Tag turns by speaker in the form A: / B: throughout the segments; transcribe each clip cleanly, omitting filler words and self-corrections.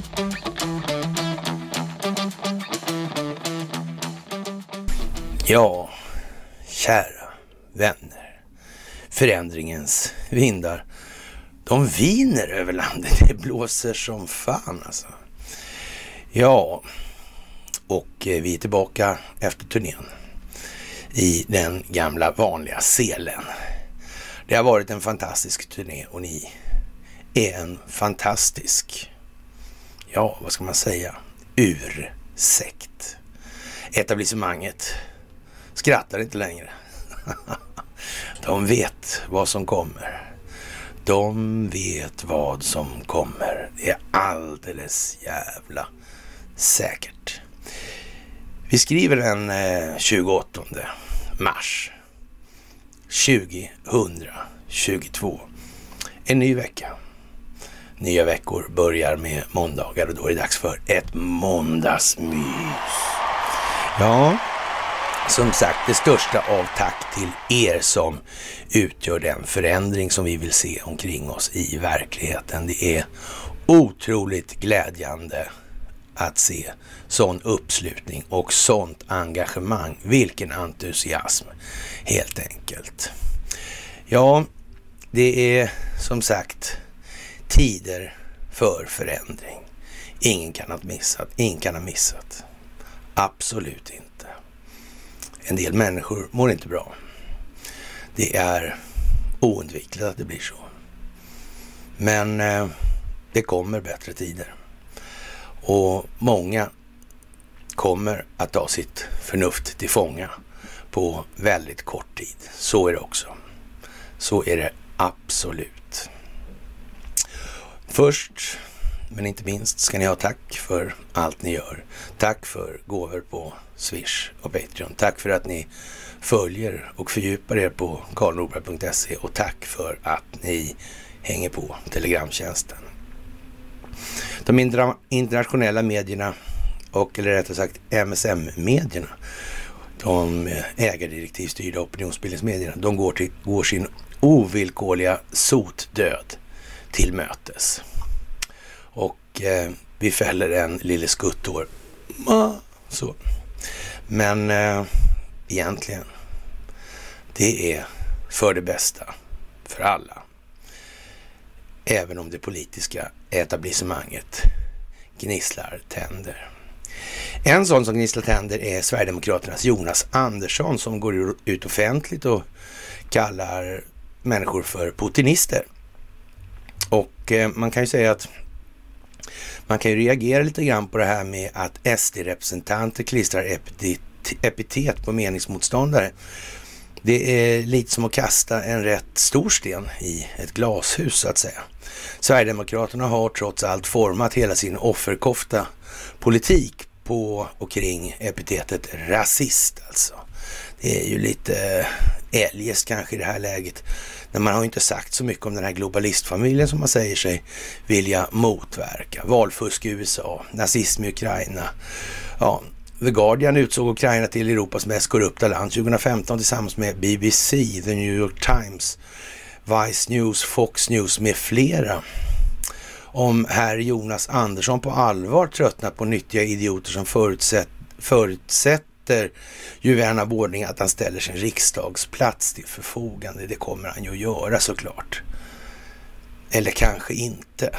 A: Ja, kära vänner, förändringens vindar, de viner över landet, det blåser som fan alltså. Ja, och vi är tillbaka efter turnén i den gamla vanliga selen. Det har varit en fantastisk turné och ni är en fantastisk, ja vad ska man säga, ursekt. Etablissemanget skrattar inte längre. De vet vad som kommer. De vet vad som kommer. Det är alldeles jävla säkert. Vi skriver den 28 mars 2022. En ny vecka. Nya veckor börjar med måndagar och då är det dags för ett måndagsmys. Ja, som sagt, det största av tack till er som utgör den förändring som vi vill se omkring oss i verkligheten. Det är otroligt glädjande att se sån uppslutning och sånt engagemang. Vilken entusiasm, helt enkelt. Ja, det är som sagt tider för förändring. Ingen kan ha missat. Absolut inte. En del människor mår inte bra. Det är oundvikligt att det blir så. Men det kommer bättre tider. Och många kommer att ta sitt förnuft till fånga på väldigt kort tid. Så är det också. Så är det absolut. Först, men inte minst, ska ni ha tack för allt ni gör. Tack för gåvor på Swish och Patreon. Tack för att ni följer och fördjupar er på karlnorberg.se och tack för att ni hänger på Telegramtjänsten. De internationella medierna och eller rättare sagt MSM-medierna, de ägardirektivstyrda opinionsbildningsmedierna, de går sin ovillkorliga sotdöd till mötes. Och vi fäller en lille skuttår. Så. Men egentligen, det är för det bästa för alla. Även om det politiska etablissemanget gnisslar tänder. En sån som gnisslar tänder är Sverigedemokraternas Jonas Andersson som går ut offentligt och kallar människor för putinister. Och man kan ju säga att man kan ju reagera lite grann på det här med att SD-representanter klistrar epitet på meningsmotståndare. Det är lite som att kasta en rätt stor sten i ett glashus så att säga. Sverigedemokraterna har trots allt format hela sin offerkofta politik på och kring epitetet rasist alltså. Det är ju lite eljest kanske i det här läget. Men man har ju inte sagt så mycket om den här globalistfamiljen som man säger sig vilja motverka. Valfusk i USA, nazism i Ukraina. Ja, The Guardian utsåg Ukraina till Europas mest korrupta land 2015 tillsammans med BBC, The New York Times, Vice News, Fox News med flera. Om herr Jonas Andersson på allvar tröttnat på nyttiga idioter som förutsätter ju vän av ordning att han ställer sin riksdagsplats till förfogande. Det kommer han ju göra såklart. Eller kanske inte.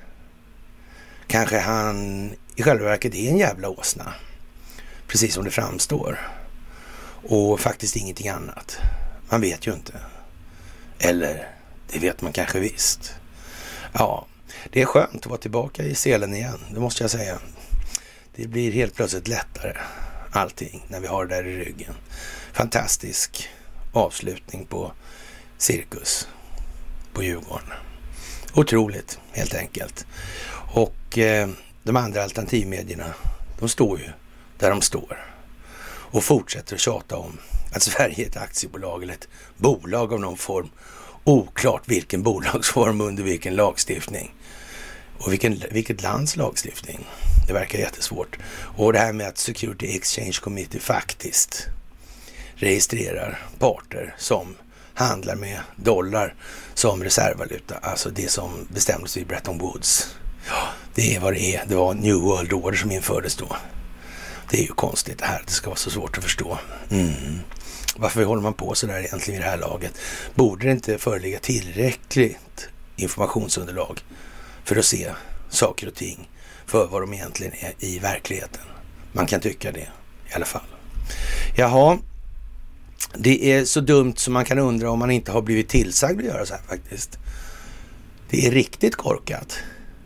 A: Kanske han i själva verket är en jävla åsna. Precis som det framstår. Och faktiskt ingenting annat. Man vet ju inte. Eller det vet man kanske visst. Ja, det är skönt att vara tillbaka i selen igen. Det måste jag säga. Det blir helt plötsligt lättare. Allting när vi har det där i ryggen. Fantastisk avslutning på cirkus på Djurgården. Otroligt helt enkelt. Och de andra alternativmedierna, de står ju där de står. Och fortsätter att tjata om att Sverige är ett aktiebolag eller ett bolag av någon form. Oklart vilken bolagsform under vilken lagstiftning. Och vilket lands lagstiftning. Det verkar jättesvårt. Och det här med att Security Exchange Committee faktiskt registrerar parter som handlar med dollar som reservvaluta. Alltså det som bestämdes vid Bretton Woods. Ja, Det är vad det är. Det var New World Order som infördes då. Det är ju konstigt det här, det ska vara så svårt att förstå. Varför håller man på så där egentligen i det här laget? Borde det inte föreligga tillräckligt informationsunderlag för att se saker och ting för vad de egentligen är i verkligheten? Man kan tycka det i alla fall. Jaha, det är så dumt som man kan undra om man inte har blivit tillsagd att göra så här faktiskt. Det är riktigt korkat.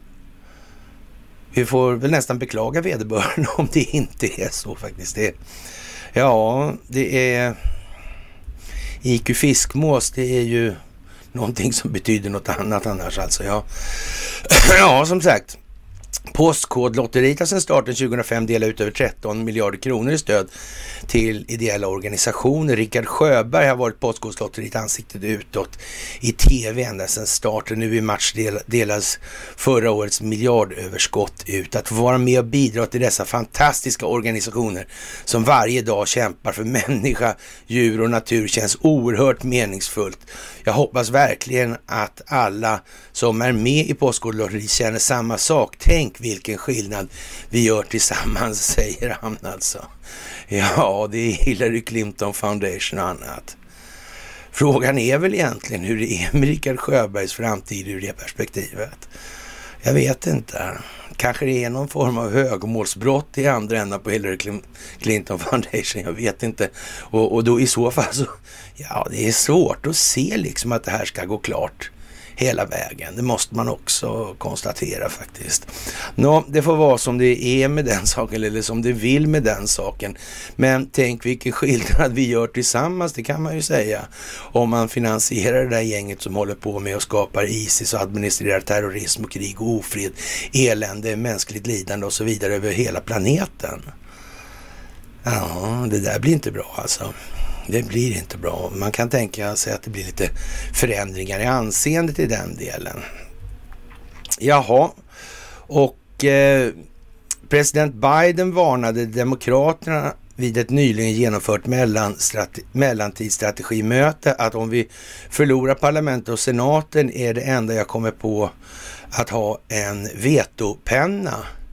A: Vi får väl nästan beklaga vederbörande om det inte är så faktiskt. Det är IQ fiskmås, det är ju någonting som betyder något annat annars alltså. Ja, som sagt. Postkodlotteriet har sedan starten 2005 delat ut över 13 miljarder kronor i stöd till ideella organisationer. Rickard Sjöberg har varit Postkodlotteriet ansiktet utåt i tv ända sedan starten. Nu i mars delas förra årets miljardöverskott ut. Att få vara med och bidra till dessa fantastiska organisationer som varje dag kämpar för människa, djur och natur känns oerhört meningsfullt. Jag hoppas verkligen att alla som är med i Postkodlotteriet känner samma sak. Tänk vilken skillnad vi gör tillsammans, säger han alltså. Ja, det är Hillary Clinton Foundation och annat. Frågan är väl egentligen hur det är med Rickard Sjöbergs framtid ur det perspektivet. Jag vet inte. Kanske det är någon form av högmålsbrott i andra änden på Hillary Clinton Foundation. Jag vet inte. Och då i så fall så, det är svårt att se liksom att det här ska gå klart hela vägen. Det måste man också konstatera faktiskt. Det får vara som det är med den saken eller som det vill med den saken. Men tänk vilken skillnad vi gör tillsammans, det kan man ju säga. Om man finansierar det där gänget som håller på med och skapar ISIS och administrerar terrorism och krig och ofred, elände, mänskligt lidande och så vidare över hela planeten. Ja, det där blir inte bra alltså. Det blir inte bra. Man kan tänka sig att det blir lite förändringar i anseendet i den delen. Jaha, och president Biden varnade demokraterna vid ett nyligen genomfört mellantidsstrategimöte att om vi förlorar parlamentet och senaten är det enda jag kommer på att ha en vetopenna.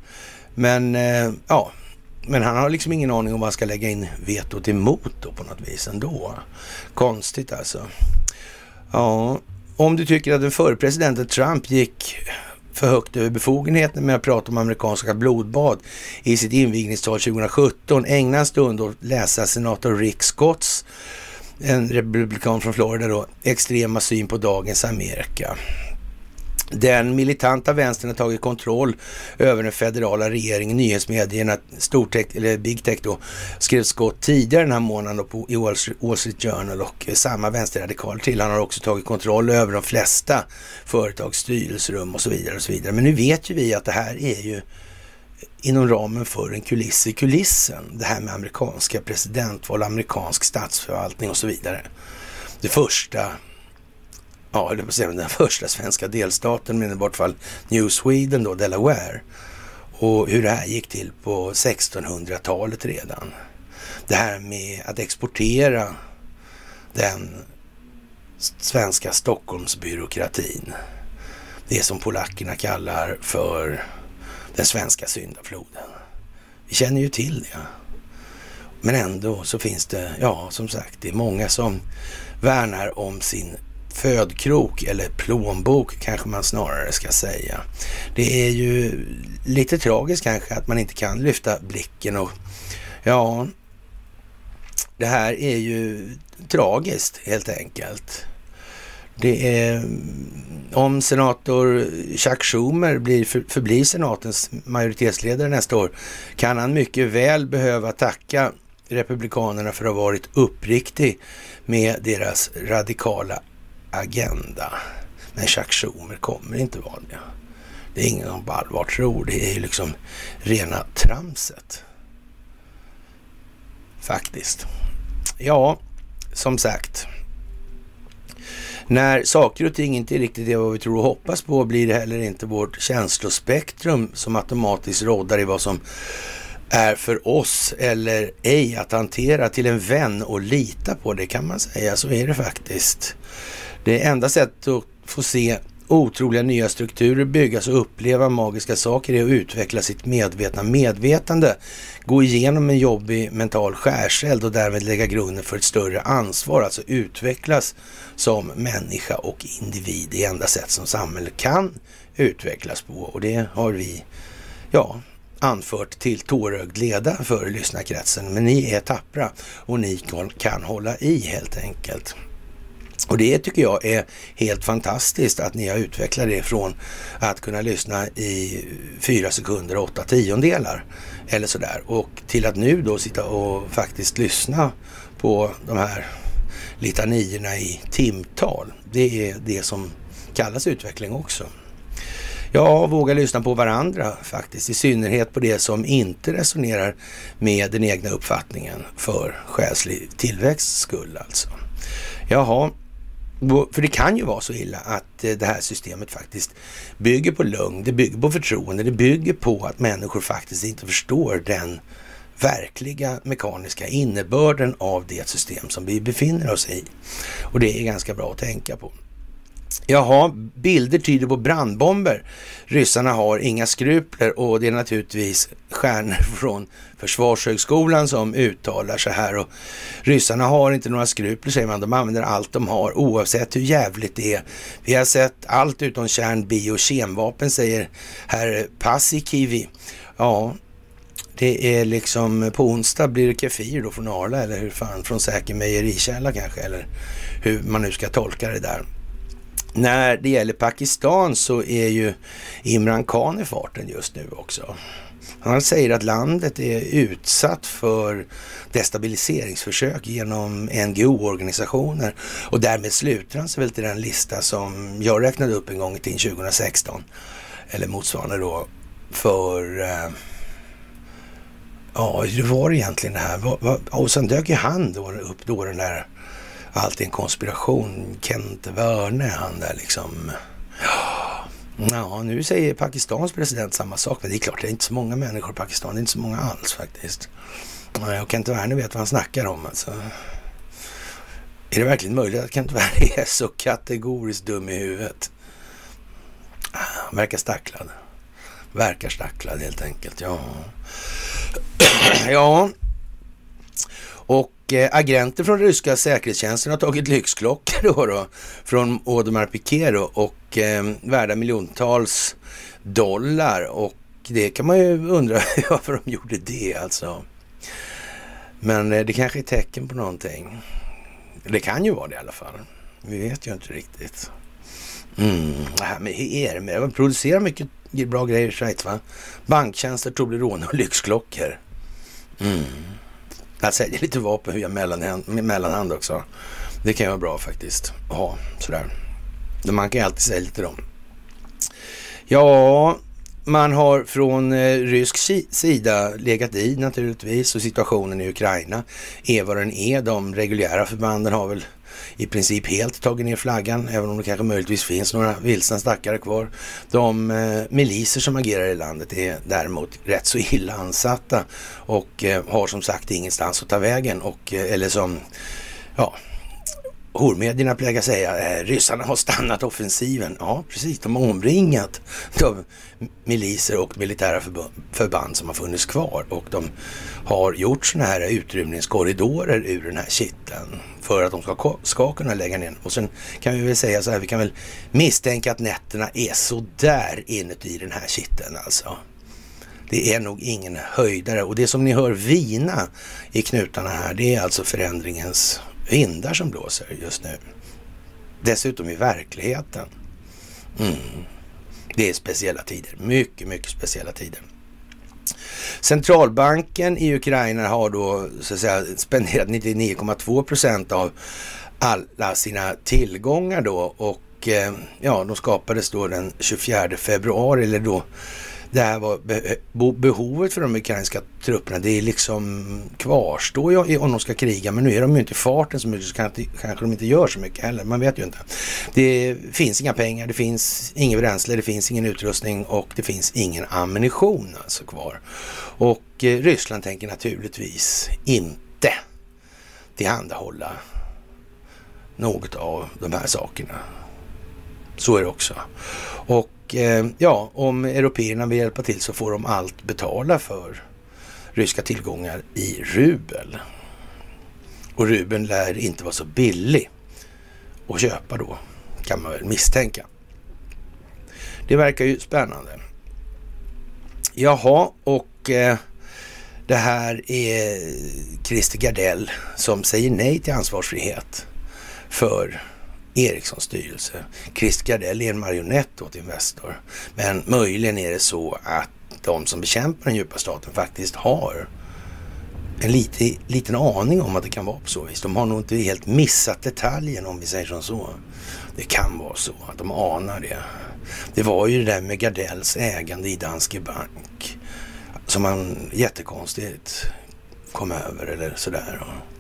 A: Men han har liksom ingen aning om vad han ska lägga in vetot emot då på något vis ändå. Konstigt alltså. Ja, om du tycker att den förre presidenten Trump gick för högt över befogenheten med att prata om amerikanska blodbad i sitt invigningstal 2017, ägna en stund att läsa senator Rick Scotts, en republikan från Florida då, extrema syn på dagens Amerika. Den militanta vänstern har tagit kontroll över den federala regeringen. Nyhetsmedierna, Big Tech då, skrev Scott tidigare den här månaden på i Wall Street Journal, och samma vänsterradikal till. Han har också tagit kontroll över de flesta företags styrelserum och så vidare och så vidare. Men nu vet ju vi att det här är ju inom ramen för en kuliss i kulissen. Det här med amerikanska presidentval, amerikansk statsförvaltning och så vidare. Det första... den första svenska delstaten, men i vart fall New Sweden då, Delaware. Och hur det här gick till på 1600-talet redan. Det här med att exportera den svenska Stockholmsbyråkratin. Det som polackerna kallar för den svenska syndafloden. Vi känner ju till det. Men ändå så finns det, som sagt, det är många som värnar om sin födkrok eller plånbok kanske man snarare ska säga. Det är ju lite tragiskt kanske att man inte kan lyfta blicken och det här är ju tragiskt helt enkelt. Det är om senator Chuck Schumer förblir senatens majoritetsledare nästa år, kan han mycket väl behöva tacka republikanerna för att ha varit uppriktig med deras radikala agenda. Men Chuck Schumer kommer inte vara det. Det är ingen som på allvar tror. Det är ju liksom rena tramset. Faktiskt. Ja, som sagt. När saker och ting inte är riktigt det vad vi tror och hoppas på, blir det heller inte vårt känslospektrum som automatiskt råddar i vad som är för oss eller ej att hantera till en vän och lita på, det kan man säga. Så är det faktiskt. Det enda sättet att få se otroliga nya strukturer, byggas och uppleva magiska saker är att utveckla sitt medvetande, gå igenom en jobbig mental skärseld och därmed lägga grunden för ett större ansvar, alltså utvecklas som människa och individ i enda sätt som samhället kan utvecklas på. Och det har vi anfört till tårögd leda för lyssnarkretsen, men ni är tappra och ni kan hålla i helt enkelt. Och det tycker jag är helt fantastiskt att ni har utvecklat det från att kunna lyssna i 4 sekunder och 8 tiondelar eller sådär, och till att nu då sitta och faktiskt lyssna på de här litanierna i timtal. Det är det som kallas utveckling också. Ja, våga lyssna på varandra faktiskt, i synnerhet på det som inte resonerar med den egna uppfattningen för själslig tillväxt skull alltså. Jaha, för det kan ju vara så illa att det här systemet faktiskt bygger på lögn, det bygger på förtroende, det bygger på att människor faktiskt inte förstår den verkliga mekaniska innebörden av det system som vi befinner oss i. Och det är ganska bra att tänka på. Jaha, bilder tyder på brandbomber. Ryssarna har inga skrupler, och det är naturligtvis stjärnor från Försvarshögskolan som uttalar så här. Och ryssarna har inte några skrupler, säger man. De använder allt de har oavsett hur jävligt det är. Vi har sett allt utom kärn-, bio- och kemvapen, säger herr Paasikivi. Ja, det är liksom på onsdag blir det kefir då från Arla, eller hur fan, från säker mejerikälla kanske, eller hur man nu ska tolka det där. När det gäller Pakistan så är ju Imran Khan i farten just nu också. Han säger att landet är utsatt för destabiliseringsförsök genom NGO-organisationer, och därmed slutar han sig väl till den lista som jag räknade upp en gång i tiden 2016 eller motsvarande då för hur var det egentligen det här? Och sen dök ju han då upp då den där allt är en konspiration, Kent Werne, han där liksom. Ja, nu säger Pakistans president samma sak, men det är klart det är inte så många människor i Pakistan, det är inte så många alls faktiskt. Och Kent Werne vet vad han snackar om alltså. Är det verkligen möjligt att Kent Werne är så kategoriskt dum i huvudet? Verkar stacklad helt enkelt, ja. Ja. Och agenter från ryska säkerhetstjänsten har tagit lyxklockor då från Audemars Piguet då, och värda miljontals dollar, och det kan man ju undra varför de gjorde det alltså. Men det kanske är tecken på någonting. Det kan ju vara det i alla fall. Vi vet ju inte riktigt. Det här med ERM, man producerar mycket bra grejer i Schweiz, va? Banktjänster, Toblerone och lyxklockor. Jag säljer lite vapen via mellanhand också. Det kan ju vara bra faktiskt. Ja, sådär. Man kan ju alltid sälja lite dem. Ja, man har från rysk sida legat i naturligtvis, och situationen i Ukraina är vad den är. De reguljära förbanden har väl i princip helt tagit ner flaggan, även om det kanske möjligtvis finns några vilsna stackare kvar. De miliser som agerar i landet är däremot rätt så illa ansatta och har som sagt ingenstans att ta vägen, och eller som hormedierna plägar säga, ryssarna har stannat offensiven. Ja, precis. De har omringat de miliser och militära förband som har funnits kvar, och de har gjort såna här utrymningskorridorer ur den här kitteln för att de ska kunna lägga ner. Och sen kan vi väl säga så här, vi kan väl misstänka att nätterna är så där inuti den här kitteln alltså. Det är nog ingen höjdare, och det som ni hör vina i knutarna här, det är alltså förändringens vindar som blåser just nu. Dessutom i verkligheten. Det är speciella tider. Mycket, mycket speciella tider. Centralbanken i Ukraina har då så att säga spenderat 99,2% av alla sina tillgångar då, och de skapades då den 24 februari, eller då det här var behovet för de ukrainska trupperna. Det är liksom kvarstår ju om de ska kriga, men nu är de ju inte i farten så mycket, så kanske de inte gör så mycket heller. Man vet ju inte. Det finns inga pengar, det finns ingen bränsle, det finns ingen utrustning och det finns ingen ammunition alltså kvar. Och Ryssland tänker naturligtvis inte tillhandahålla något av de här sakerna. Så är det också. Och ja, om européerna vill hjälpa till så får de allt betala för ryska tillgångar i rubel. Och rubeln lär inte vara så billig att köpa då, kan man väl misstänka. Det verkar ju spännande. Jaha, och det här är Christer Gardell som säger nej till ansvarsfrihet för Ericssons styrelse. Christer Gardell är en marionett åt Investor. Men möjligen är det så att de som bekämpar den djupa staten faktiskt har en liten aning om att det kan vara på så vis. De har nog inte helt missat detaljen, om vi säger som så. Det kan vara så att de anar det. Det var ju det där med Gardells ägande i Danske Bank som man jättekonstigt kom över eller sådär.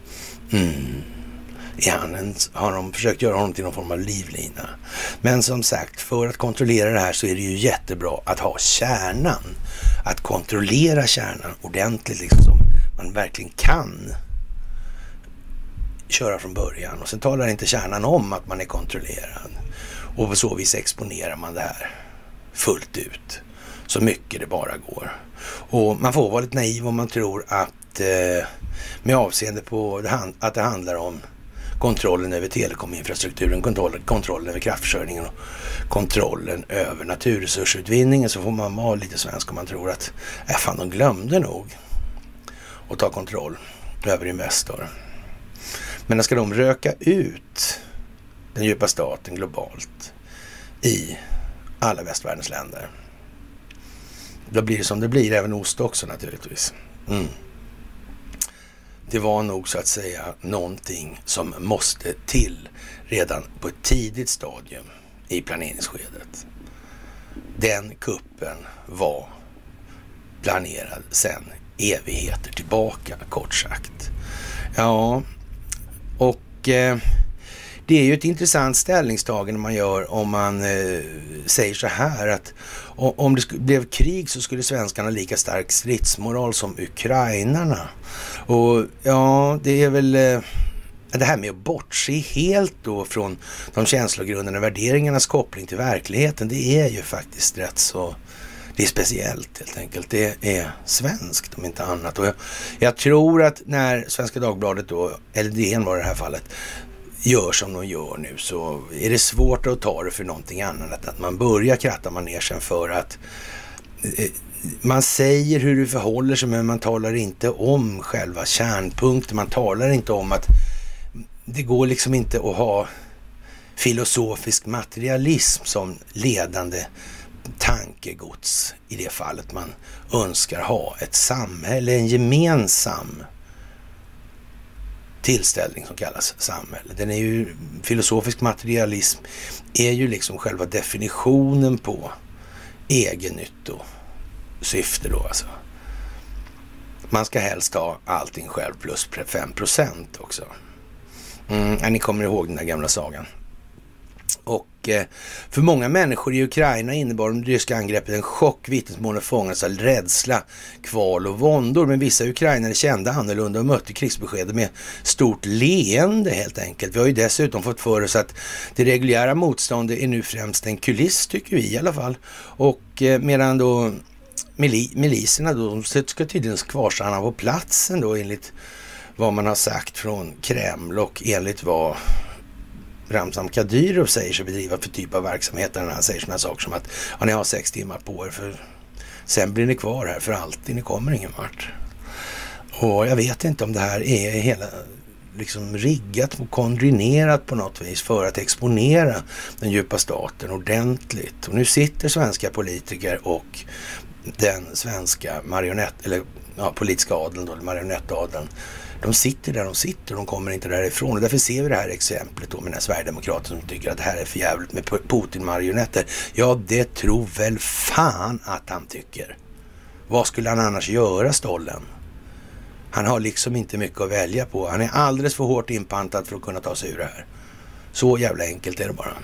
A: Har de försökt göra honom till någon form av livlina. Men som sagt, för att kontrollera det här så är det ju jättebra att ha kärnan. Att kontrollera kärnan ordentligt, liksom, som man verkligen kan köra från början. Och sen talar inte kärnan om att man är kontrollerad. Och på så vis exponerar man det här fullt ut. Så mycket det bara går. Och man får vara lite naiv om man tror att med avseende på att det handlar om kontrollen över telekominfrastrukturen, kontrollen över kraftförsörjningen och kontrollen över naturresursutvinningen, så får man vara lite svensk om man tror att fan, de glömde nog att ta kontroll över Investor. Men när ska de röka ut den djupa staten globalt i alla västvärldens länder? Då blir det som det blir, även ost också naturligtvis. Det var nog så att säga någonting som måste till redan på ett tidigt stadium i planeringsskedet. Den kuppen var planerad sedan evigheter tillbaka, kort sagt. Ja, och det är ju ett intressant ställningstagande man gör om man säger så här att om det blev krig så skulle svenskarna ha lika stark stridsmoral som ukrainarna. Och ja, det är väl det här med att bortse helt då från de känslogrundande värderingarnas koppling till verkligheten. Det är ju faktiskt rätt så, det är speciellt helt enkelt. Det är svenskt om inte annat. Och jag tror att när Svenska Dagbladet då, eller DN var i det här fallet, gör som de gör nu, så är det svårt att ta det för någonting annat. Att man börjar kratta manegen för att man säger hur det förhåller sig, men man talar inte om själva kärnpunkten. Man talar inte om att det går liksom inte att ha filosofisk materialism som ledande tankegods i det fallet man önskar ha ett samhälle, en gemensam tillställning som kallas samhälle. Den är ju, filosofisk materialism är ju liksom själva definitionen på egennyttosyfte då alltså. Man ska helst ha allting själv plus 5% också. Ni kommer ihåg den där gamla sagan. Och för många människor i Ukraina innebar de ryska angreppet en chock, vittnesmål och fångas av rädsla, kval och våndor. Men vissa ukrainare kände annorlunda och mötte krigsbeskedet med stort leende helt enkelt. Vi har ju dessutom fått för oss att det reguljära motståndet är nu främst en kuliss, tycker vi i alla fall. Och medan då miliserna då, de ska tydligen kvarstanna på platsen då, enligt vad man har sagt från Kreml och enligt vad Ramzan Kadyrov säger sig bedriva för typ av verksamhet, när han säger sådana saker som att ni har 6 timmar på er, för sen blir ni kvar här för alltid, ni kommer ingen vart. Och jag vet inte om det här är hela liksom riggat och kondrinerat på något vis för att exponera den djupa staten ordentligt. Och nu sitter svenska politiker och den svenska politiska adeln då, marionettadeln. De sitter där de sitter, de kommer inte därifrån. Och därför ser vi det här exemplet då med den här Sverigedemokraten som tycker att det här är för jävligt med Putin-marionetter. Ja, det tror väl fan att han tycker. Vad skulle han annars göra, stollen? Han har liksom inte mycket att välja på. Han är alldeles för hårt inpantad för att kunna ta sig ur det här. Så jävla enkelt är det bara.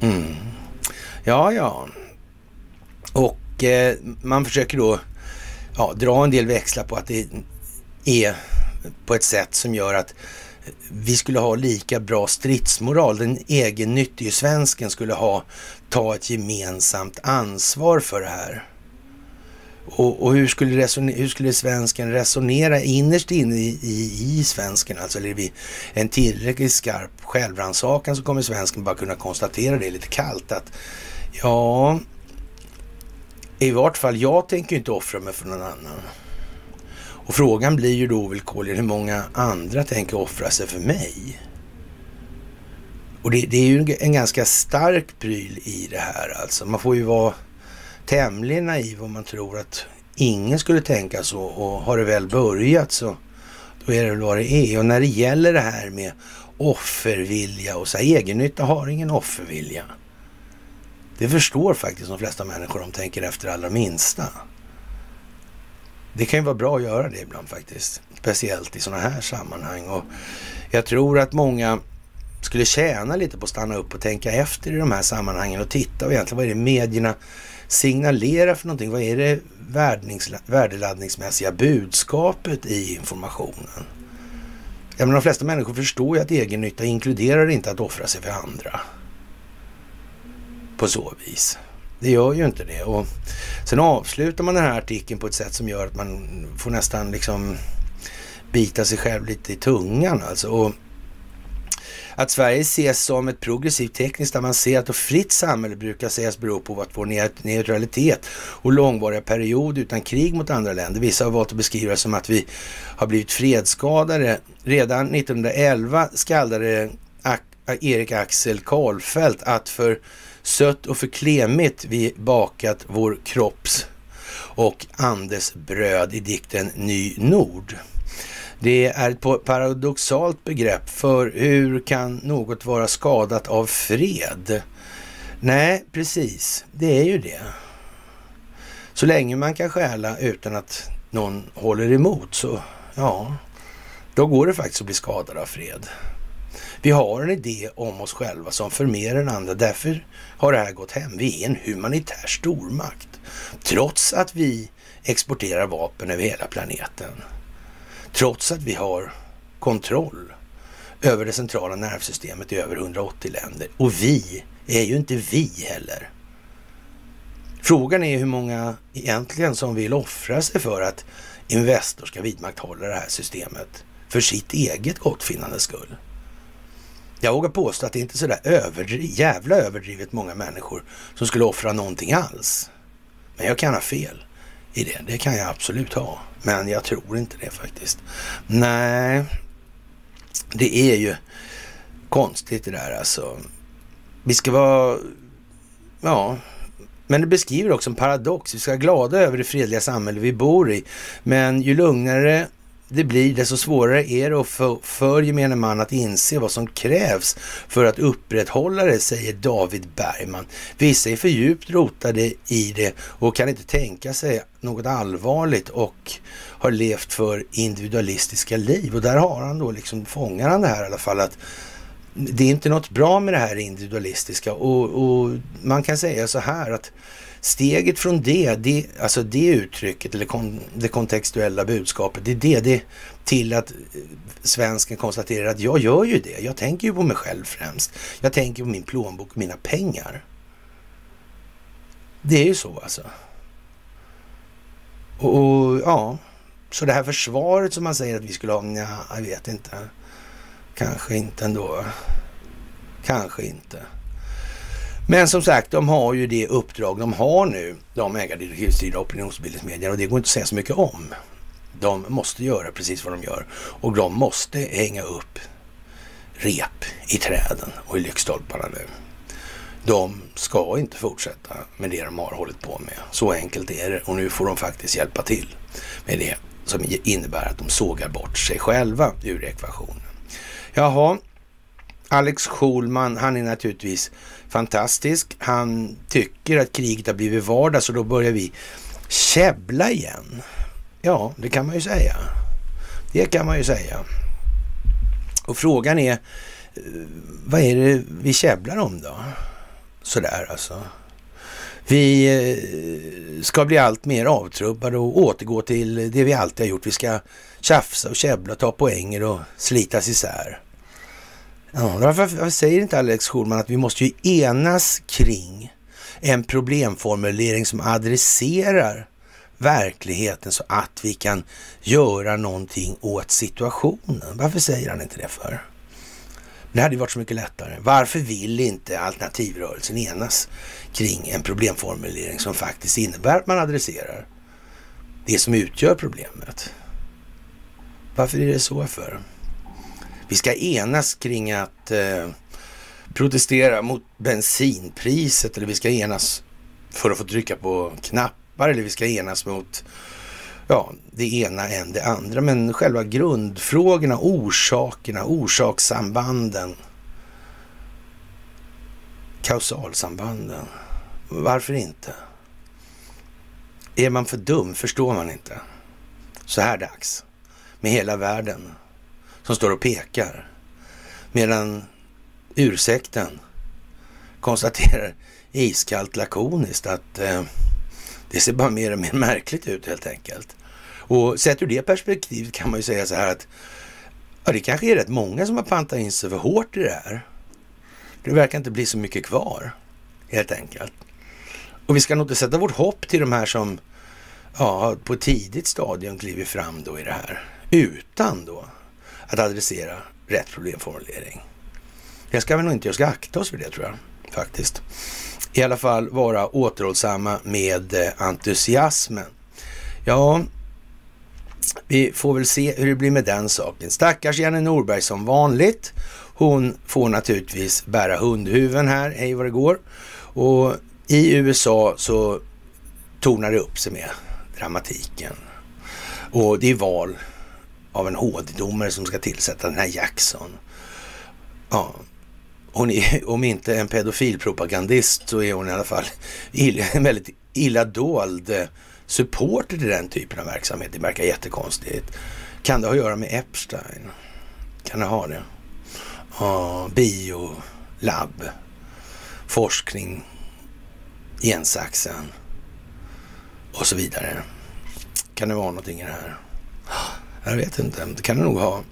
A: Ja. Och man försöker då dra en del växlar på att det är på ett sätt som gör att vi skulle ha lika bra stridsmoral. Den egennyttige svensken skulle ta ett gemensamt ansvar för det här. Och hur skulle svensken resonera innerst inne i svensken? Alltså, eller vid en tillräckligt skarp självrannsakan så kommer svensken bara kunna konstatera det lite kallt att ja, i vart fall jag tänker inte offra mig för någon annan. Och frågan blir ju då ovillkorligen hur många andra tänker offra sig för mig. Och det är ju en ganska stark pryl i det här alltså. Man får ju vara tämligen naiv om man tror att ingen skulle tänka så, och har det väl börjat så då är det väl vad det är. Och när det gäller det här med offervilja och så här, egennytta har ingen offervilja. Det förstår faktiskt de flesta människor, de tänker efter allra minsta. Det kan ju vara bra att göra det ibland faktiskt, speciellt i sådana här sammanhang, och jag tror att många skulle tjäna lite på att stanna upp och tänka efter i de här sammanhangen och titta och egentligen vad är det medierna signalerar för någonting, vad är det värdeladdningsmässiga budskapet i informationen. Ja, men de flesta människor förstår ju att egennytta inkluderar inte att offra sig för andra på så vis. Det gör ju inte det. Och sen avslutar man den här artikeln på ett sätt som gör att man får nästan liksom bita sig själv lite i tungan alltså. Och att Sverige ses som ett progressivt, tekniskt avancerat och fritt samhälle brukar sägas bero på att vår neutralitet och långvariga period utan krig mot andra länder. Vissa har valt att beskriva som att vi har blivit fredsskadade. Redan 1911 skaldade Erik Axel Karlfeldt att för sött och för klemigt vi bakat vår kropps och andes bröd i dikten Ny Nord. Det är ett paradoxalt begrepp, för hur kan något vara skadat av fred? Nej, precis. Det är ju det. Så länge man kan stjäla utan att någon håller emot så, ja, då går det faktiskt att bli skadad av fred. Vi har en idé om oss själva som förmer än andra. Därför har det här gått hem. Vi är en humanitär stormakt. Trots att vi exporterar vapen över hela planeten. Trots att vi har kontroll över det centrala nervsystemet i över 180 länder. Och vi är ju inte vi heller. Frågan är hur många egentligen som vill offra sig för att Investor ska vidmakthålla det här systemet för sitt eget gottfinnandes skull. Jag vågar påstå att det inte är sådär jävla överdrivet många människor som skulle offra någonting alls. Men jag kan ha fel i det. Det kan jag absolut ha. Men jag tror inte det faktiskt. Nej, det är ju konstigt det där alltså. Vi ska vara, ja, men det beskriver också en paradox. Vi ska vara glada över det fredliga samhälle vi bor i. Men ju lugnare det blir, desto svårare är det för gemene man att inse vad som krävs för att upprätthålla det, säger David Bergman. Vissa är för djupt rotade i det och kan inte tänka sig något allvarligt och har levt för individualistiska liv. Och där har han då liksom, fångar han det här i alla fall, att det är inte något bra med det här individualistiska, och man kan säga så här att steget från det uttrycket eller det kontextuella budskapet, det till att svensken konstaterar att jag gör ju det. Jag tänker ju på mig själv främst. Jag tänker på min plånbok och mina pengar. Det är ju så alltså. Och ja, så det här försvaret som man säger att vi skulle ha, jag vet inte. Kanske inte ändå. Kanske inte. Men som sagt, de har ju det uppdrag de har nu, de ägardirektivstyrda opinionsbildningsmedierna, och det går inte att säga så mycket om. De måste göra precis vad de gör, och de måste hänga upp rep i träden och i lyktstolparna nu. De ska inte fortsätta med det de har hållit på med. Så enkelt är det, och nu får de faktiskt hjälpa till med det som innebär att de sågar bort sig själva ur ekvationen. Jaha, Alex Schulman, han är naturligtvis fantastisk. Han tycker att kriget har blivit vardag, så då börjar vi käbbla igen. Ja, det kan man ju säga. Det kan man ju säga. Och frågan är, vad är det vi käbblar om då? Sådär alltså. Vi ska bli allt mer avtrubbade och återgå till det vi alltid har gjort. Vi ska tjafsa och käbbla, ta poänger och slitas isär. Ja, varför säger inte Alex Schulman att vi måste ju enas kring en problemformulering som adresserar verkligheten så att vi kan göra någonting åt situationen? Varför säger han inte det för? Det hade ju varit så mycket lättare. Varför vill inte alternativrörelsen enas kring en problemformulering som faktiskt innebär att man adresserar det som utgör problemet? Varför är det så för? Vi ska enas kring att protestera mot bensinpriset, eller vi ska enas för att få trycka på knappar, eller vi ska enas mot det ena än det andra. Men själva grundfrågorna, orsakerna, orsakssambanden, kausalsambanden, varför inte? Är man för dum förstår man inte. Så här dags, med hela världen som står och pekar, medan ursäkten konstaterar iskallt lakoniskt att det ser bara mer och mer märkligt ut helt enkelt. Och sett ur det perspektivet kan man ju säga så här att det kanske är rätt många som har pantat in sig för hårt i det här. Det verkar inte bli så mycket kvar helt enkelt. Och vi ska nog inte sätta vårt hopp till de här som på ett tidigt stadium kliver fram då i det här, utan då att adressera rätt problemformulering. Jag ska akta oss för det, tror jag faktiskt. I alla fall vara återhållsamma med entusiasmen. Ja, vi får väl se hur det blir med den saken. Stackars Jenny Norberg som vanligt. Hon får naturligtvis bära hundhuven här, hej vad det går. Och i USA så tornar det upp sig med dramatiken. Och det är val av en HD-domare som ska tillsätta den här Jackson. Ja, hon är, om inte en pedofilpropagandist, så är hon i alla fall en väldigt illa dold supporter till den typen av verksamhet. Det verkar jättekonstigt. Kan det ha att göra med Epstein? Kan det ha det? Ja, biolab, forskning, gensaxen och så vidare. Kan det vara någonting i det här? Jag vet inte. Det kan det nog ha.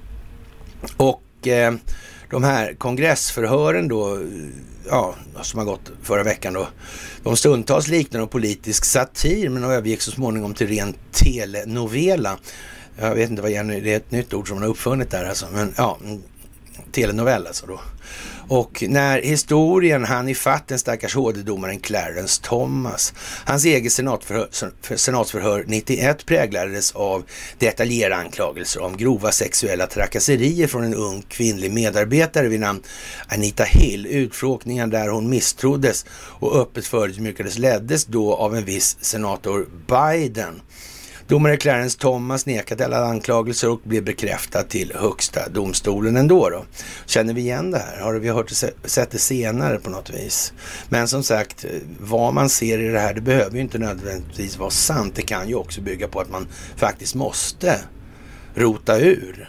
A: Och de här kongressförhören då, som har gått förra veckan då, de stundtals liknar en politisk satir, men övergick så småningom till ren telenovela. Jag vet inte vad det är ett nytt ord som man har uppfunnit där alltså, men telenovella alltså då. Och när historien hann ifatt den stackars HD-domaren Clarence Thomas, hans eget senatsförhör 91 präglades av detaljerade anklagelser om grova sexuella trakasserier från en ung kvinnlig medarbetare vid namn Anita Hill. Utfrågningar där hon misstroddes och öppet förödmjukades leddes då av en viss senator Biden. Domare Clarence Thomas nekade alla anklagelser och blev bekräftad till högsta domstolen ändå då. Känner vi igen det här? Har vi sett det senare på något vis? Men som sagt, vad man ser i det här, det behöver ju inte nödvändigtvis vara sant. Det kan ju också bygga på att man faktiskt måste rota ur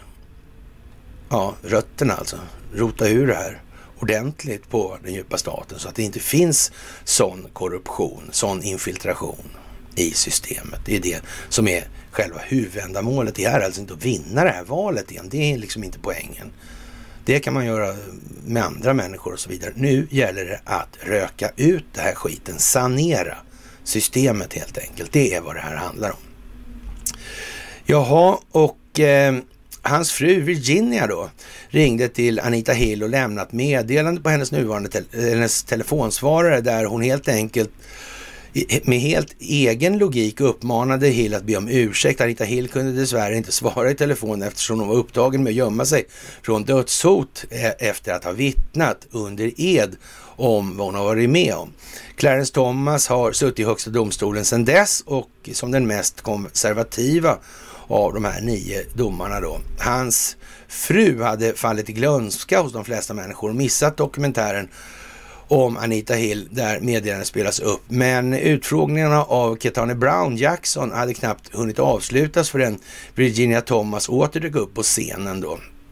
A: rötterna alltså. Rota ur det här ordentligt på den djupa staten så att det inte finns sån korruption, sån infiltration i systemet. Det är det som är själva huvudändamålet. Det är alltså inte att vinna det här valet igen. Det är liksom inte poängen. Det kan man göra med andra människor och så vidare. Nu gäller det att röka ut det här skiten. Sanera systemet helt enkelt. Det är vad det här handlar om. Jaha, och hans fru Virginia då ringde till Anita Hill och lämnat meddelande på hennes telefonsvarare där hon helt enkelt med helt egen logik uppmanade Hill att be om ursäkt. Anita Hill kunde dessvärre inte svara i telefon eftersom hon var upptagen med att gömma sig från dödshot efter att ha vittnat under ed om vad hon har varit med om. Clarence Thomas har suttit i högsta domstolen sedan dess och som den mest konservativa av de här 9 domarna då. Hans fru hade fallit i glömska hos de flesta människor och missat dokumentären om Anita Hill där meddelandet spelas upp. Men utfrågningarna av Ketanji Brown Jackson hade knappt hunnit avslutas förrän Virginia Thomas åter dök upp på scenen då.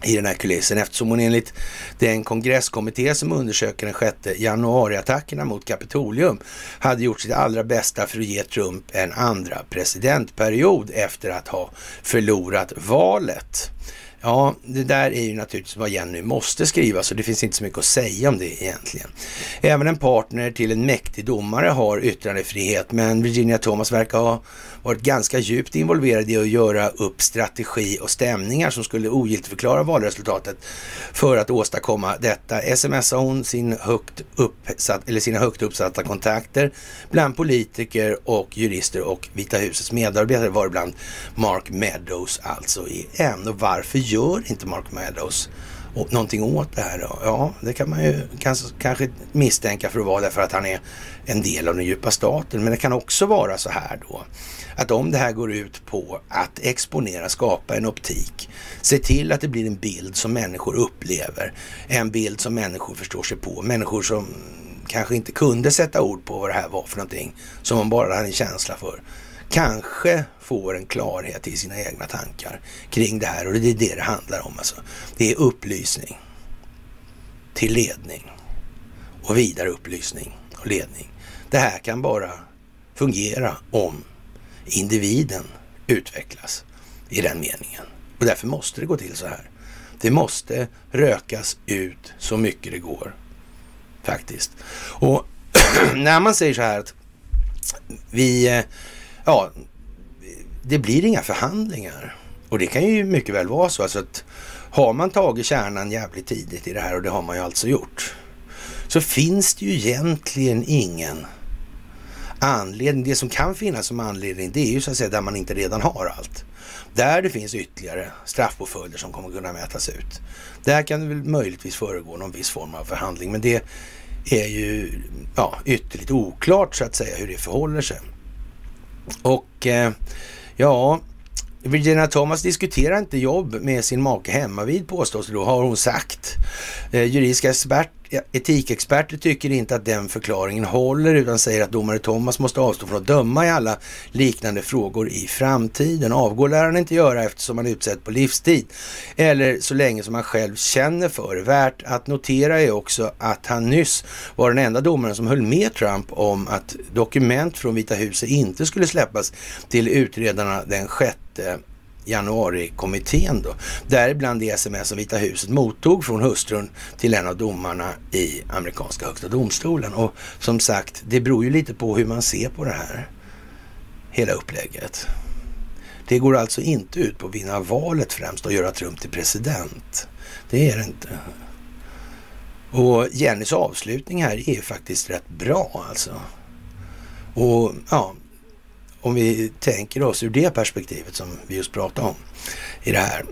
A: i den här kulissen, eftersom hon enligt den kongresskommitté som undersöker den 6 januari-attackerna mot Kapitolium hade gjort sitt allra bästa för att ge Trump en andra presidentperiod efter att ha förlorat valet. Ja, det där är ju naturligtvis vad Jenny måste skriva, så det finns inte så mycket att säga om det egentligen. Även en partner till en mäktig domare har yttrandefrihet, men Virginia Thomas verkar ha varit ganska djupt involverad i att göra upp strategi och stämningar som skulle ogiltigförklara valresultatet för att åstadkomma detta. Smsar hon sina högt uppsatta kontakter bland politiker och jurister och Vita husets medarbetare, var bland Mark Meadows alltså i en. Och varför gör inte Mark Meadows någonting åt det här då? Ja, det kan man ju kanske misstänka för att vara därför att han är en del av den djupa staten. Men det kan också vara så här då, att om det här går ut på att exponera, skapa en optik, se till att det blir en bild som människor upplever, en bild som människor förstår sig på, människor som kanske inte kunde sätta ord på vad det här var för någonting, som man bara hade en känsla för, kanske får en klarhet i sina egna tankar kring det här. Och det är det handlar om alltså. Det är upplysning till ledning och vidare upplysning och ledning. Det här kan bara fungera om individen utvecklas i den meningen. Och därför måste det gå till så här. Det måste rökas ut så mycket det går faktiskt. Och när man säger så här att det blir inga förhandlingar. Och det kan ju mycket väl vara så. Alltså att har man tagit kärnan jävligt tidigt i det här, och det har man ju alltså gjort, så finns det ju egentligen ingen anledning. Det som kan finnas som anledning, det är ju så att säga där man inte redan har allt. Där det finns ytterligare straffpåföljder som kommer kunna mätas ut. Där kan det väl möjligtvis föregå någon viss form av förhandling. Men det är ju ytterligt oklart så att säga hur det förhåller sig. Och Virginia Thomas diskuterar inte jobb med sin make hemma vid, påstås det då, har hon sagt. Juridiska etikexperter tycker inte att den förklaringen håller, utan säger att domare Thomas måste avstå från att döma i alla liknande frågor i framtiden. Avgår lär han inte göra eftersom han är utsett på livstid, eller så länge som han själv känner för. Värt att notera är också att han nyss var den enda domaren som höll med Trump om att dokument från Vita huset inte skulle släppas till utredarna den 6 januari-kommittén då. Däribland det sms som Vita huset mottog från hustrun till en av domarna i amerikanska högsta domstolen. Och som sagt, det beror ju lite på hur man ser på det här, hela upplägget. Det går alltså inte ut på att vinna valet främst och göra Trump till president. Det är det inte. Och Jennys avslutning här är faktiskt rätt bra alltså. Och om vi tänker oss ur det perspektivet som vi just pratade om i det här.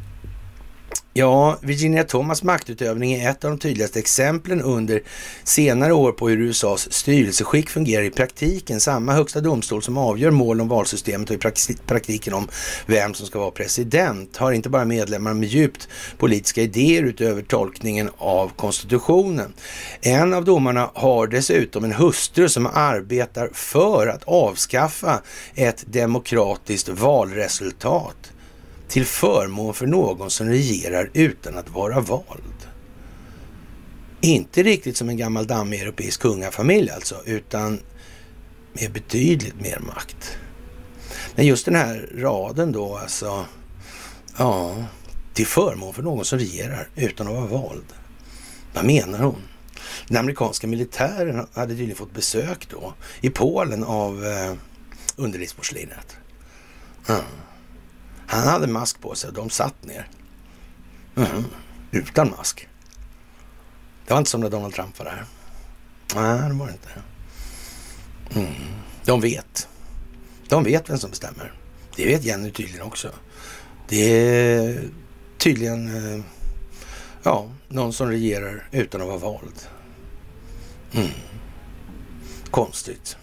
A: Ja, Virginia Thomas maktutövning är ett av de tydligaste exemplen under senare år på hur USAs styrelseskick fungerar i praktiken. Samma högsta domstol som avgör mål om valsystemet och i praktiken om vem som ska vara president har inte bara medlemmar med djupt politiska idéer utöver tolkningen av konstitutionen. En av domarna har dessutom en hustru som arbetar för att avskaffa ett demokratiskt valresultat till förmån för någon som regerar utan att vara vald. Inte riktigt som en gammal dammig europeisk kungafamilj alltså, utan med betydligt mer makt. Men just den här raden då alltså, till förmån för någon som regerar utan att vara vald. Vad menar hon? Den amerikanska militären hade tydligen fått besök då i Polen av underlivsporslinet. Han hade mask på sig och de satt ner. Utan mask. Det var inte som när Donald Trump var där. Nej, det var det inte. De vet. De vet vem som bestämmer. Det vet Jenny tydligen också. Det är tydligen någon som regerar utan att vara vald. Konstigt.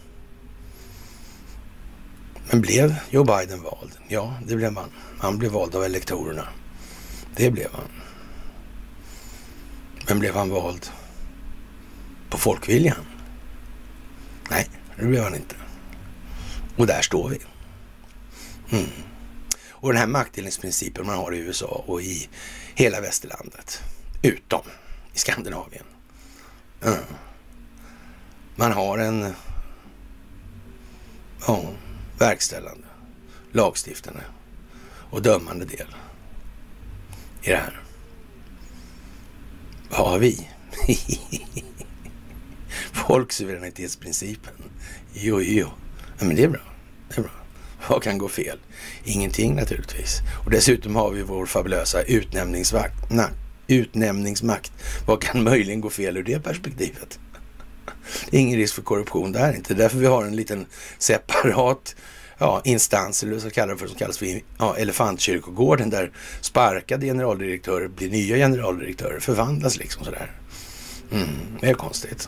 A: Men blev Joe Biden vald? Ja, det blev han. Han blev vald av elektorerna. Det blev han. Men blev han vald på folkviljan? Nej, det blev han inte. Och där står vi. Och den här maktdelningsprincipen man har i USA och i hela västerlandet, utom i Skandinavien. Man har en verkställande, lagstiftande och dömande del i det här. Vad har vi? Folksuveränitetsprincipen. Jo. Ja, men det är bra. Vad kan gå fel? Ingenting naturligtvis. Och dessutom har vi vår fabulösa utnämningsmakt. Vad kan möjligen gå fel ur det perspektivet? Ingen risk för korruption där inte. Därför vi har en liten separat instans, eller vad jag kallar det för, som kallas för elefantkyrkogården, där sparkade generaldirektörer blir nya generaldirektörer, förvandlas liksom sådär. Det är konstigt.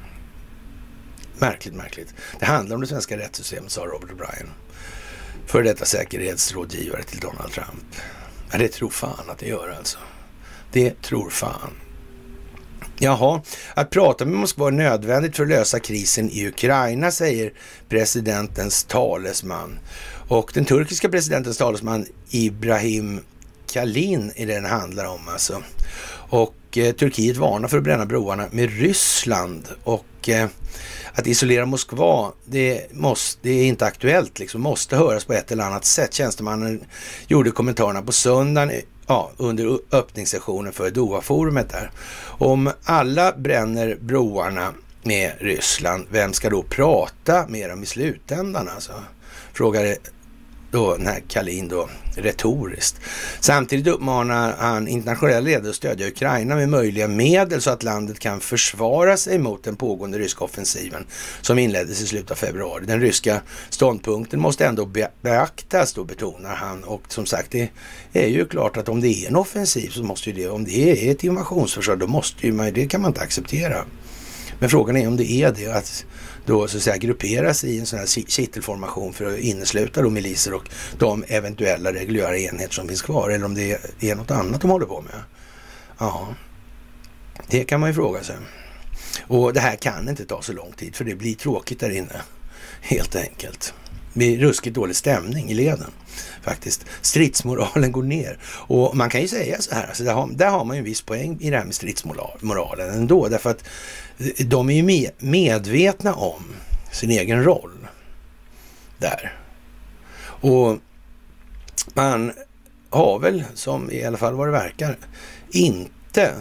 A: Märkligt. Det handlar om det svenska rättssystemet, sa Robert O'Brien, för detta säkerhetsrådgivare till Donald Trump. Ja, det tror fan att det gör alltså. Det tror fan. Jaha, att prata med Moskva är nödvändigt för att lösa krisen i Ukraina, säger presidentens talesman. Och den turkiska presidentens talesman Ibrahim Kalin är det den handlar om alltså. Och Turkiet varnar för att bränna broarna med Ryssland, och att isolera Moskva, det är inte aktuellt liksom, måste höras på ett eller annat sätt. Tjänstemannen gjorde kommentarerna på söndagen under öppningssessionen för Doha-forumet där. Om alla bränner broarna med Ryssland, vem ska då prata med dem i slutändan alltså? Frågade då den här Kalin då retoriskt. Samtidigt uppmanar han internationella ledare att stödja Ukraina med möjliga medel så att landet kan försvara sig mot den pågående ryska offensiven som inleddes i slutet av februari. Den ryska ståndpunkten måste ändå beaktas, då betonar han. Och som sagt, det är ju klart att om det är en offensiv så måste ju det, om det är ett invasionsförsvar, då måste ju det kan man inte acceptera. Men frågan är om det är det, att då så att säga grupperas i en sån här kittelformation för att innesluta då miliser och de eventuella reguljära enheter som finns kvar, eller om det är något annat de håller på med. Ja, det kan man ju fråga sig. Och det här kan inte ta så lång tid, för det blir tråkigt där inne, helt enkelt. Det blir ruskigt dålig stämning i leden faktiskt. Stridsmoralen går ner. Och man kan ju säga så här, alltså där har man ju en viss poäng i det här med stridsmoralen ändå, därför att de är ju medvetna om sin egen roll där. Och man har väl, som i alla fall vad det verkar, inte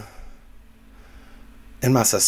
A: en massa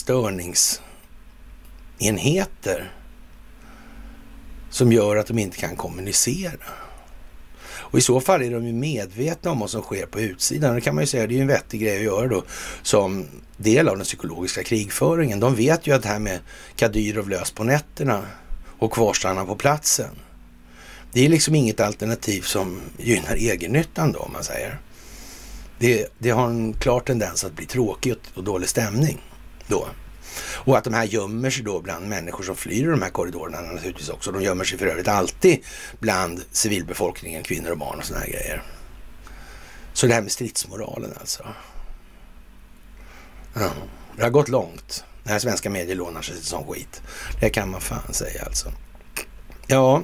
A: störningsenheter som gör att de inte kan kommunicera. Och i så fall är de ju medvetna om vad som sker på utsidan. Det kan man ju säga, det är ju en vettig grej att göra då som del av den psykologiska krigföringen. De vet ju att det här med Kadyrov lös på nätterna och kvarstanna på platsen, det är liksom inget alternativ som gynnar egennyttan då, om man säger. Det har en klar tendens att bli tråkigt och dålig stämning då. Och att de här gömmer sig då bland människor som flyr i de här korridorerna naturligtvis också. De gömmer sig för övrigt alltid bland civilbefolkningen, kvinnor och barn och såna här grejer. Så det här med stridsmoralen alltså. Ja, det har gått långt. Den här svenska medier lånar sig till sån skit. Det kan man fan säga alltså. Ja.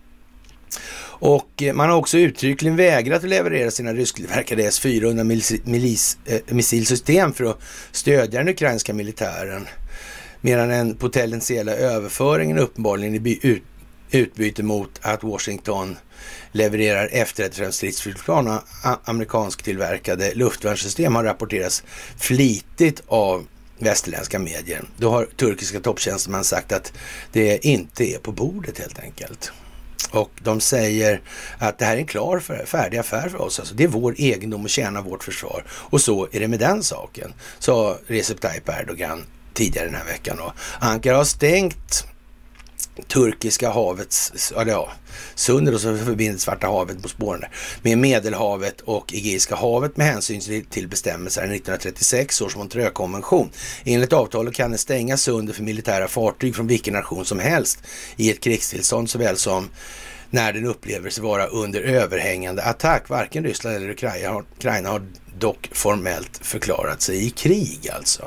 A: Och man har också uttryckligen vägrat att leverera sina rysktillverkade S-400 missilsystem för att stödja den ukrainska militären, medan den potentiella överföringen uppenbarligen i utbyte mot att Washington levererar F-35 stridsflygplan och amerikansk tillverkade luftvärnssystem har rapporterats flitigt av västerländska medier. Då har turkiska topptjänstemän sagt att det inte är på bordet helt enkelt. Och de säger att det här är en klar färdig affär för oss. Alltså det är vår egendom att tjäna vårt försvar. Och så är det med den saken, sa Recep Tayyip Erdogan tidigare den här veckan. Och Ankara har stängt turkiska havets, sundet och så förbinder Svarta havet på spåren där, med Medelhavet och Egeiska havet med hänsyn till bestämmelser i 1936 års Montreux-konvention. Enligt avtalet kan det stänga sundet för militära fartyg från vilken nation som helst i ett krigstillstånd, såväl som när den upplever sig vara under överhängande attack. Varken Ryssland eller Ukraina har dock formellt förklarat sig i krig alltså.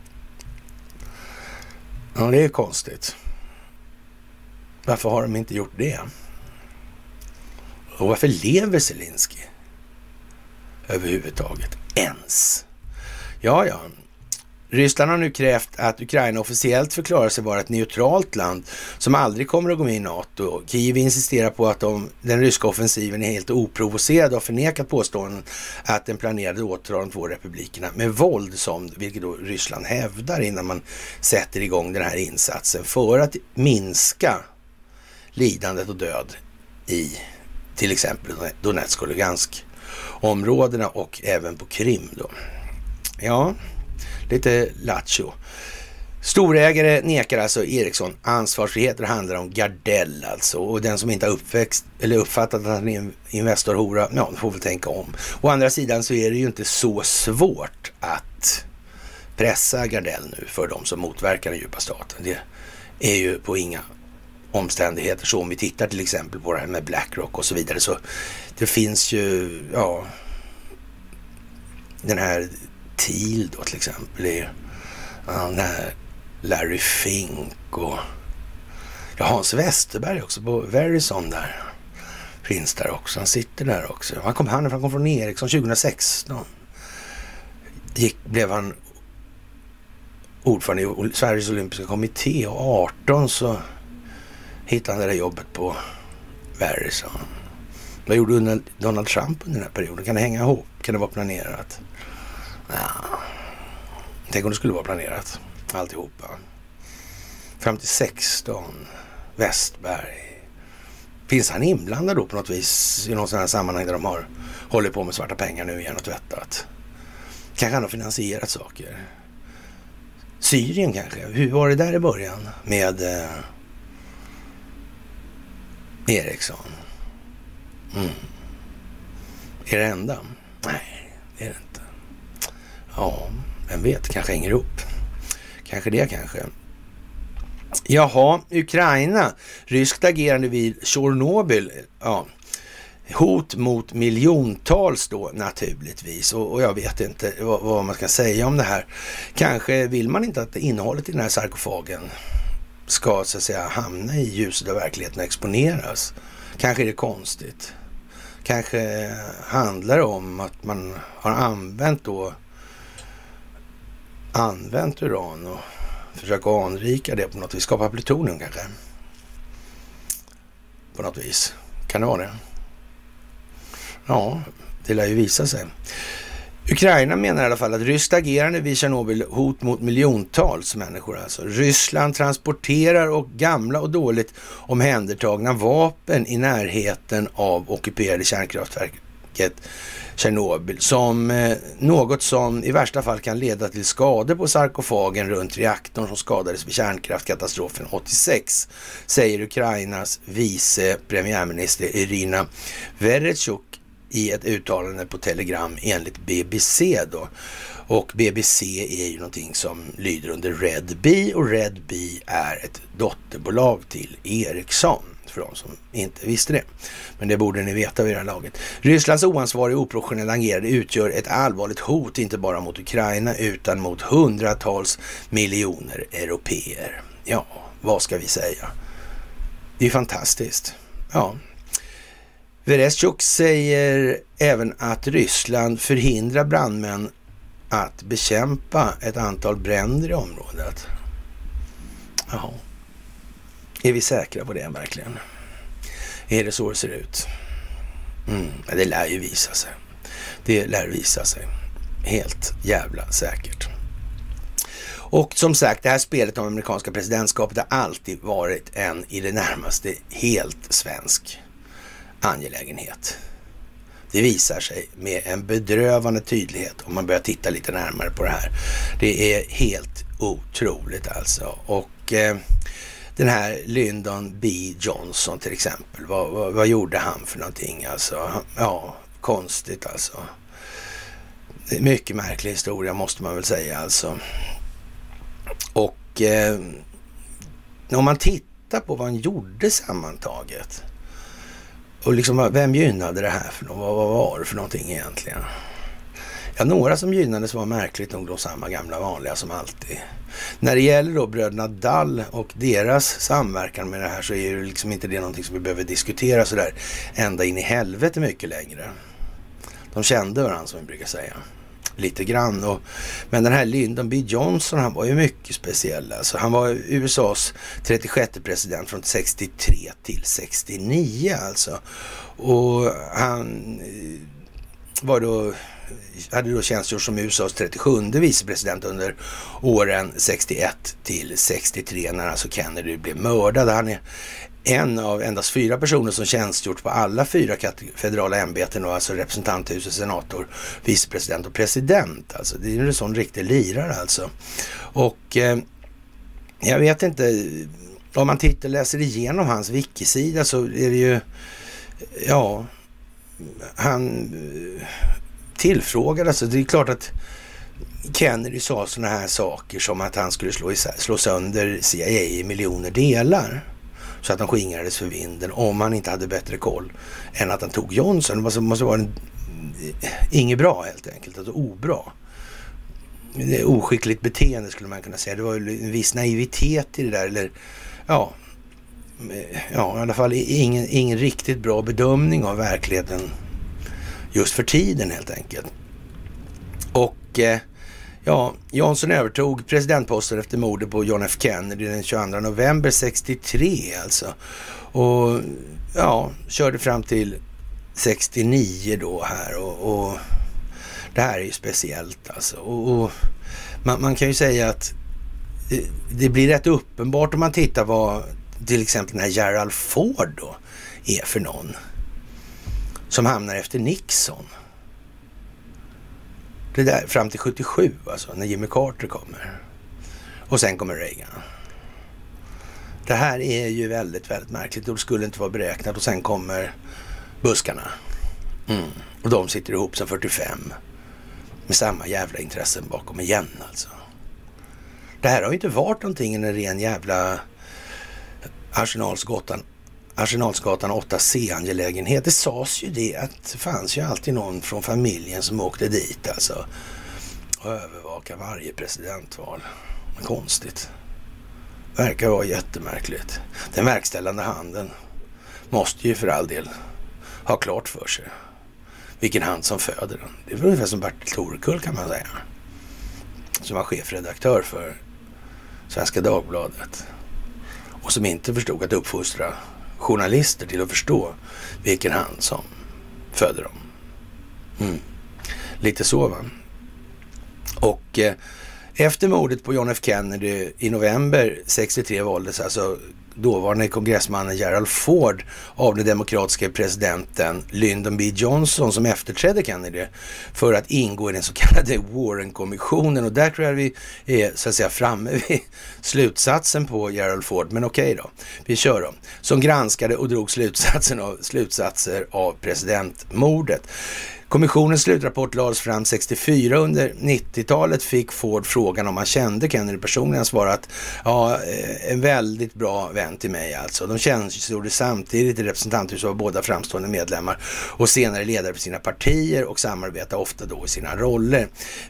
A: Ja, det är konstigt. Varför har de inte gjort det? Och varför lever Zelensky överhuvudtaget ens? Ja. Ryssland har nu krävt att Ukraina officiellt förklarar sig vara ett neutralt land som aldrig kommer att gå med i NATO. Kiev insisterar på att den ryska offensiven är helt oprovocerad och förnekat påståenden att den planerade återtar de två republikerna med våld, vilket då Ryssland hävdar innan man sätter igång den här insatsen för att minska lidandet och död i till exempel Donetsk och Lugansk-områdena och även på Krim då. Ja, lite lattjo. Storägare nekar alltså Ericsson ansvarsfrihet. Det handlar om Gardell alltså. Och den som inte har uppfattat att han är en investorhora, ja, får väl tänka om. Å andra sidan så är det ju inte så svårt att pressa Gardell nu för de som motverkar den djupa staten. Det är ju på inga omständigheter så. Om vi tittar till exempel på det här med BlackRock och så vidare, så det finns ju, ja, den här Thiel då till exempel, den här Larry Fink och Hans Westerberg också på Verizon där. Finns där också, han sitter där också. Han kom från Ericsson 2016. Blev han ordförande i Sveriges olympiska kommitté och 18 så hittade han det där jobbet på Verizon. Vad gjorde Donald Trump under den här perioden? Kan det hänga ihop? Kan det vara planerat? Ja. Tänk om det skulle vara planerat alltihopa. Fram till 16 Westberg. Finns han inblandad då på något vis i någon sån här sammanhang där de håller på med svarta pengar nu igen och tvättat? Kanske han har finansierat saker. Syrien kanske. Hur var det där i början med Ericsson? Är det enda? Nej, det är det inte. Ja, vem vet, kanske hänger ihop. Kanske. Jaha, Ukraina. Ryskt agerande vid Tjernobyl. Ja, hot mot miljontals då naturligtvis. Och jag vet inte vad man ska säga om det här. Kanske vill man inte att innehållet i den här sarkofagen ska så att säga hamna i ljuset av verkligheten och exponeras. Kanske är det konstigt. Kanske handlar det om att man har använt uran och försöka anrika det på något vis. Skapa plutonium kanske. På något vis. Kan det vara det? Ja, det lär ju visa sig. Ukraina menar i alla fall att ryskt agerande vid Tjernobyl hot mot miljontals människor. Alltså. Ryssland transporterar och gamla och dåligt omhändertagna vapen i närheten av ockuperade kärnkraftverket Tjernobyl som något som i värsta fall kan leda till skador på sarkofagen runt reaktorn som skadades vid kärnkraftkatastrofen 86, säger Ukrainas vice premiärminister Irina Vereshchuk i ett uttalande på Telegram enligt BBC då. Och BBC är ju någonting som lyder under Red Bee och Red Bee är ett dotterbolag till Ericsson. För de som inte visste det. Men det borde ni veta vid det här laget. Rysslands oansvariga och oprofessionella agerande utgör ett allvarligt hot inte bara mot Ukraina utan mot hundratals miljoner europeer. Ja, vad ska vi säga? Det är fantastiskt. Ja. Vereshchuk säger även att Ryssland förhindrar brandmän att bekämpa ett antal bränder i området. Jaha. Är vi säkra på det verkligen? Är det så det ser ut? Det lär ju visa sig. Det lär visa sig. Helt jävla säkert. Och som sagt, det här spelet om amerikanska presidentskapet har alltid varit en i det närmaste helt svensk angelägenhet. Det visar sig med en bedrövande tydlighet om man börjar titta lite närmare på det här. Det är helt otroligt alltså. Och den här Lyndon B. Johnson till exempel, vad gjorde han för någonting alltså? Ja, konstigt alltså. Mycket märklig historia måste man väl säga alltså. Och om man tittar på vad han gjorde sammantaget och liksom vem gynnade det här för något? Vad var det för någonting egentligen? Ja, några som gynnades var märkligt nog då samma gamla vanliga som alltid. När det gäller då bröderna Dall och deras samverkan med det här så är det liksom inte det någonting som vi behöver diskutera sådär ända in i helvete mycket längre. De kände varandra som vi brukar säga. Lite grann. Men den här Lyndon B. Johnson, han var ju mycket speciell. Alltså, han var USAs 36:e president från 63 till 69 alltså. Och han hade då tjänstgjort som USAs 37:e vicepresident under åren 61 till 63 när alltså Kennedy blev mördad. Han är en av endast 4 personer som tjänstgjort på alla 4 federala ämbeten, och alltså representanthuset, senator, vicepresident och president. Alltså det är en sån riktig lirare alltså. Och jag vet inte, om man läser igenom hans wikisida så är det ju, ja, han tillfrågade, alltså det är klart att Kennedy sa såna här saker som att han skulle slå sönder CIA i miljoner delar så att de skingrades för vinden om han inte hade bättre koll än att han tog Johnson. Det måste vara inget bra helt enkelt, alltså obra. Det är oskickligt beteende skulle man kunna säga. Det var ju en viss naivitet i det där, eller ja, i alla fall ingen riktigt bra bedömning av verkligheten just för tiden helt enkelt. Och Johnson övertog presidentposten efter mordet på John F. Kennedy den 22 november 63 alltså. Och körde fram till 69 då här, och det här är ju speciellt alltså. Och man kan ju säga att det blir rätt uppenbart om man tittar vad till exempel den här Gerald Ford då är för någon som hamnar efter Nixon. Det där fram till 77 alltså, när Jimmy Carter kommer. Och sen kommer Reagan. Det här är ju väldigt, väldigt märkligt, och det skulle inte vara beräknat. Och sen kommer buskarna. Och de sitter ihop som 45. Med samma jävla intressen bakom igen alltså. Det här har ju inte varit någonting än en ren jävla Arsenalsgatan 8C-angelägenhet. Det sades ju det att det fanns ju alltid någon från familjen som åkte dit alltså och övervaka varje presidentval. Konstigt. Verkar vara jättemärkligt. Den verkställande handen måste ju för all del ha klart för sig vilken hand som föder den. Det var ungefär som Bertil Torekull kan man säga, som var chefredaktör för Svenska Dagbladet och som inte förstod att uppfostra journalister till att förstå vilken hand som föder dem. Lite så va. Och efter mordet på John F. Kennedy i november 63 valdes alltså dåvarande kongressmannen Gerald Ford av den demokratiska presidenten Lyndon B. Johnson som efterträdde Kennedy för att ingå i den så kallade Warren-kommissionen. Och där tror jag vi är så att säga framme vid slutsatsen på Gerald Ford. Men okej då, vi kör då. Som granskade och drog slutsatser av presidentmordet. Kommissionens slutrapport lades fram 64. Under 90-talet fick Ford frågan om han kände Kennedy personligen. Han svarade att en väldigt bra vän till mig alltså. De tjänstgjorde samtidigt i representanthuset av båda framstående medlemmar och senare ledare för sina partier och samarbetade ofta då i sina roller.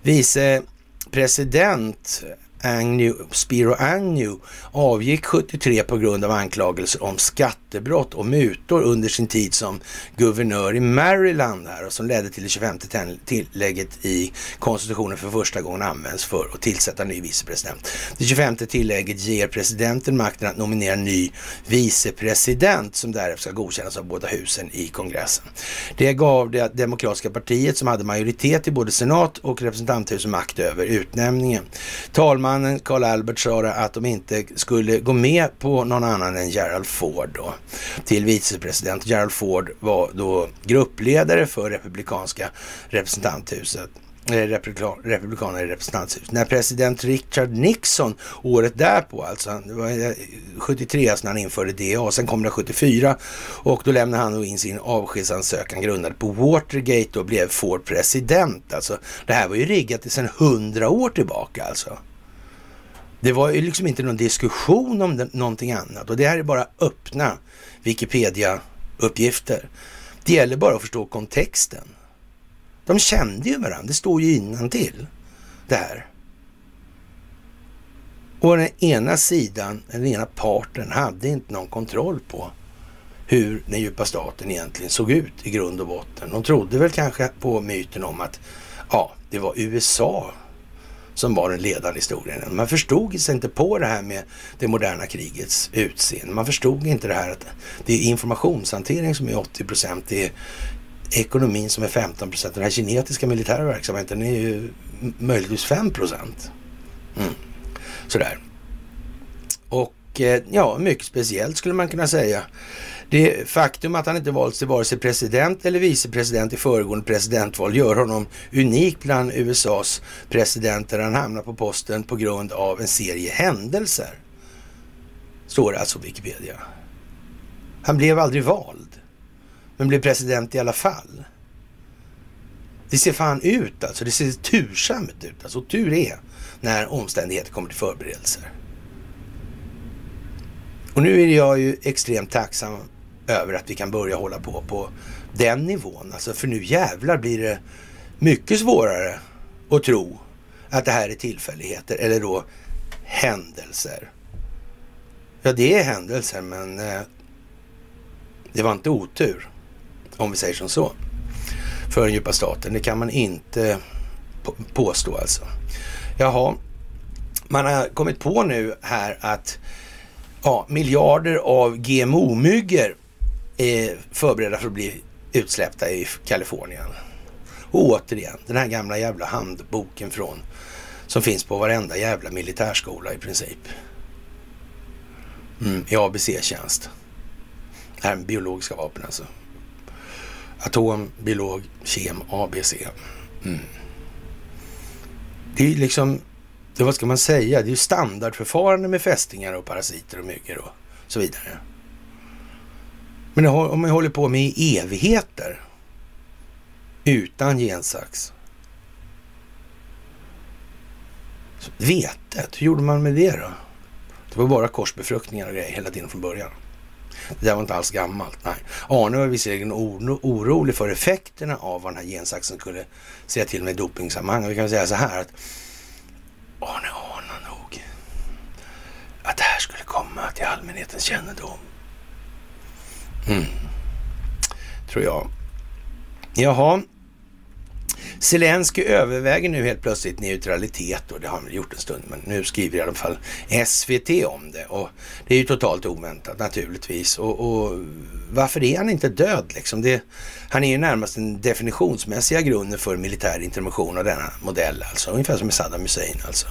A: Vicepresident Spiro Agnew avgick 73 på grund av anklagelser om skattebrott och mutor under sin tid som guvernör i Maryland här, och som ledde till det 25:e tillägget i konstitutionen för första gången används för att tillsätta ny vicepresident. Det 25:e tillägget ger presidenten makten att nominera ny vicepresident som därefter ska godkännas av båda husen i kongressen. Det gav det demokratiska partiet som hade majoritet i både senat och representanthuset makt över utnämningen. Talmannen Carl Albert sa att de inte skulle gå med på någon annan än Gerald Ford då, till vicepresident. Gerald Ford var då gruppledare för republikanska representanthuset. Republikaner i representanthuset. När president Richard Nixon året därpå, alltså det var 73 när han införde DA, sen kom det 74 och då lämnade han då in sin avskedsansökan grundad på Watergate och blev Ford president. Alltså det här var ju riggat sedan 100 år tillbaka alltså. Det var ju liksom inte någon diskussion om någonting annat, och det här är bara öppna Wikipedia-uppgifter. Det gäller bara att förstå kontexten. De kände ju varandra, det står ju innantill det här. Och den ena sidan, den ena parten hade inte någon kontroll på hur den djupa staten egentligen såg ut i grund och botten. De trodde väl kanske på myten om att det var USA som var den ledande historien. Man förstod sig inte på det här med det moderna krigets utseende. Man förstod inte det här att det är informationshantering som är 80%, det är ekonomin som är 15%. Den här kinetiska militära verksamheten är ju möjligtvis 5%. Sådär. Och mycket speciellt skulle man kunna säga. Det faktum att han inte valts till vare sig president eller vicepresident i föregående presidentval gör honom unik bland USAs presidenter. Han hamnar på posten på grund av en serie händelser. Står det alltså på Wikipedia. Han blev aldrig vald, men blev president i alla fall. Det ser fan ut alltså. Det ser tursamt ut. Alltså tur är när omständigheter kommer till förberedelser. Och nu är jag ju extremt tacksam över att vi kan börja hålla på den nivån. Alltså för nu jävlar blir det mycket svårare att tro att det här är tillfälligheter eller då händelser. Ja, det är händelser, men det var inte otur, om vi säger som så, för den djupa staten. Det kan man inte påstå alltså. Jaha, man har kommit på nu här att miljarder av GMO-myggor är förberedda för att bli utsläppta i Kalifornien. Och återigen, den här gamla jävla handboken som finns på varenda jävla militärskola i princip. I ABC-tjänst. Det här med biologiska vapen alltså. Atom, biolog, kem, ABC. Det är liksom, vad ska man säga? Det är ju standardförfarande med fästingar och parasiter och myggor och så vidare. Men om man håller på med evigheter utan gensax. Vetet, hur gjorde man med det då? Det var bara korsbefruktningar och grejer hela tiden från början. Det där var inte alls gammalt, nej. Arne var visserligen orolig för effekterna av vad den här gensaxen skulle säga till med dopingsammanhang. Vi kan säga så här att Arne anar nog att det här skulle komma till allmänhetens kännedom. Tror jag. Jaha. Zelensky överväger nu helt plötsligt neutralitet, och det har han gjort en stund, men nu skriver i alla fall SVT om det, och det är ju totalt oväntat naturligtvis. Och varför är han inte död liksom? Han är ju närmast den definitionsmässiga grunden för militär intervention av denna modell, alltså ungefär som med Saddam Hussein alltså.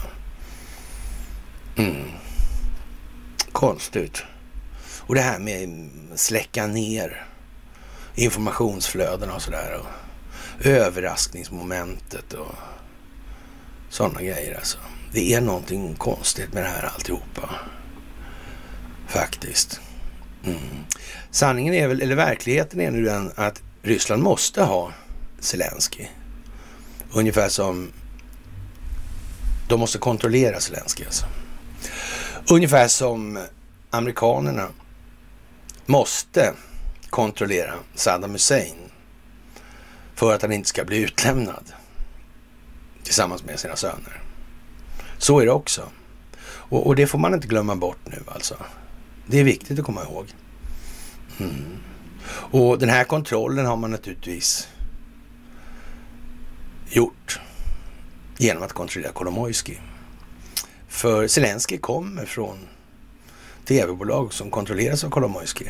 A: Konstigt. Och det här med släcka ner informationsflödena och sådär, och överraskningsmomentet och sådana grejer alltså. Det är någonting konstigt med det här alltihopa. Faktiskt. Sanningen är väl, eller verkligheten är nu den att Ryssland måste ha Zelensky. Ungefär som de måste kontrollera Zelensky alltså. Ungefär som amerikanerna måste kontrollera Saddam Hussein för att han inte ska bli utlämnad tillsammans med sina söner. Så är det också. Och det får man inte glömma bort nu alltså. Det är viktigt att komma ihåg. Och den här kontrollen har man naturligtvis gjort genom att kontrollera Kolomoisky. För Zelensky kommer från tv-bolag som kontrolleras av Kolomoisky.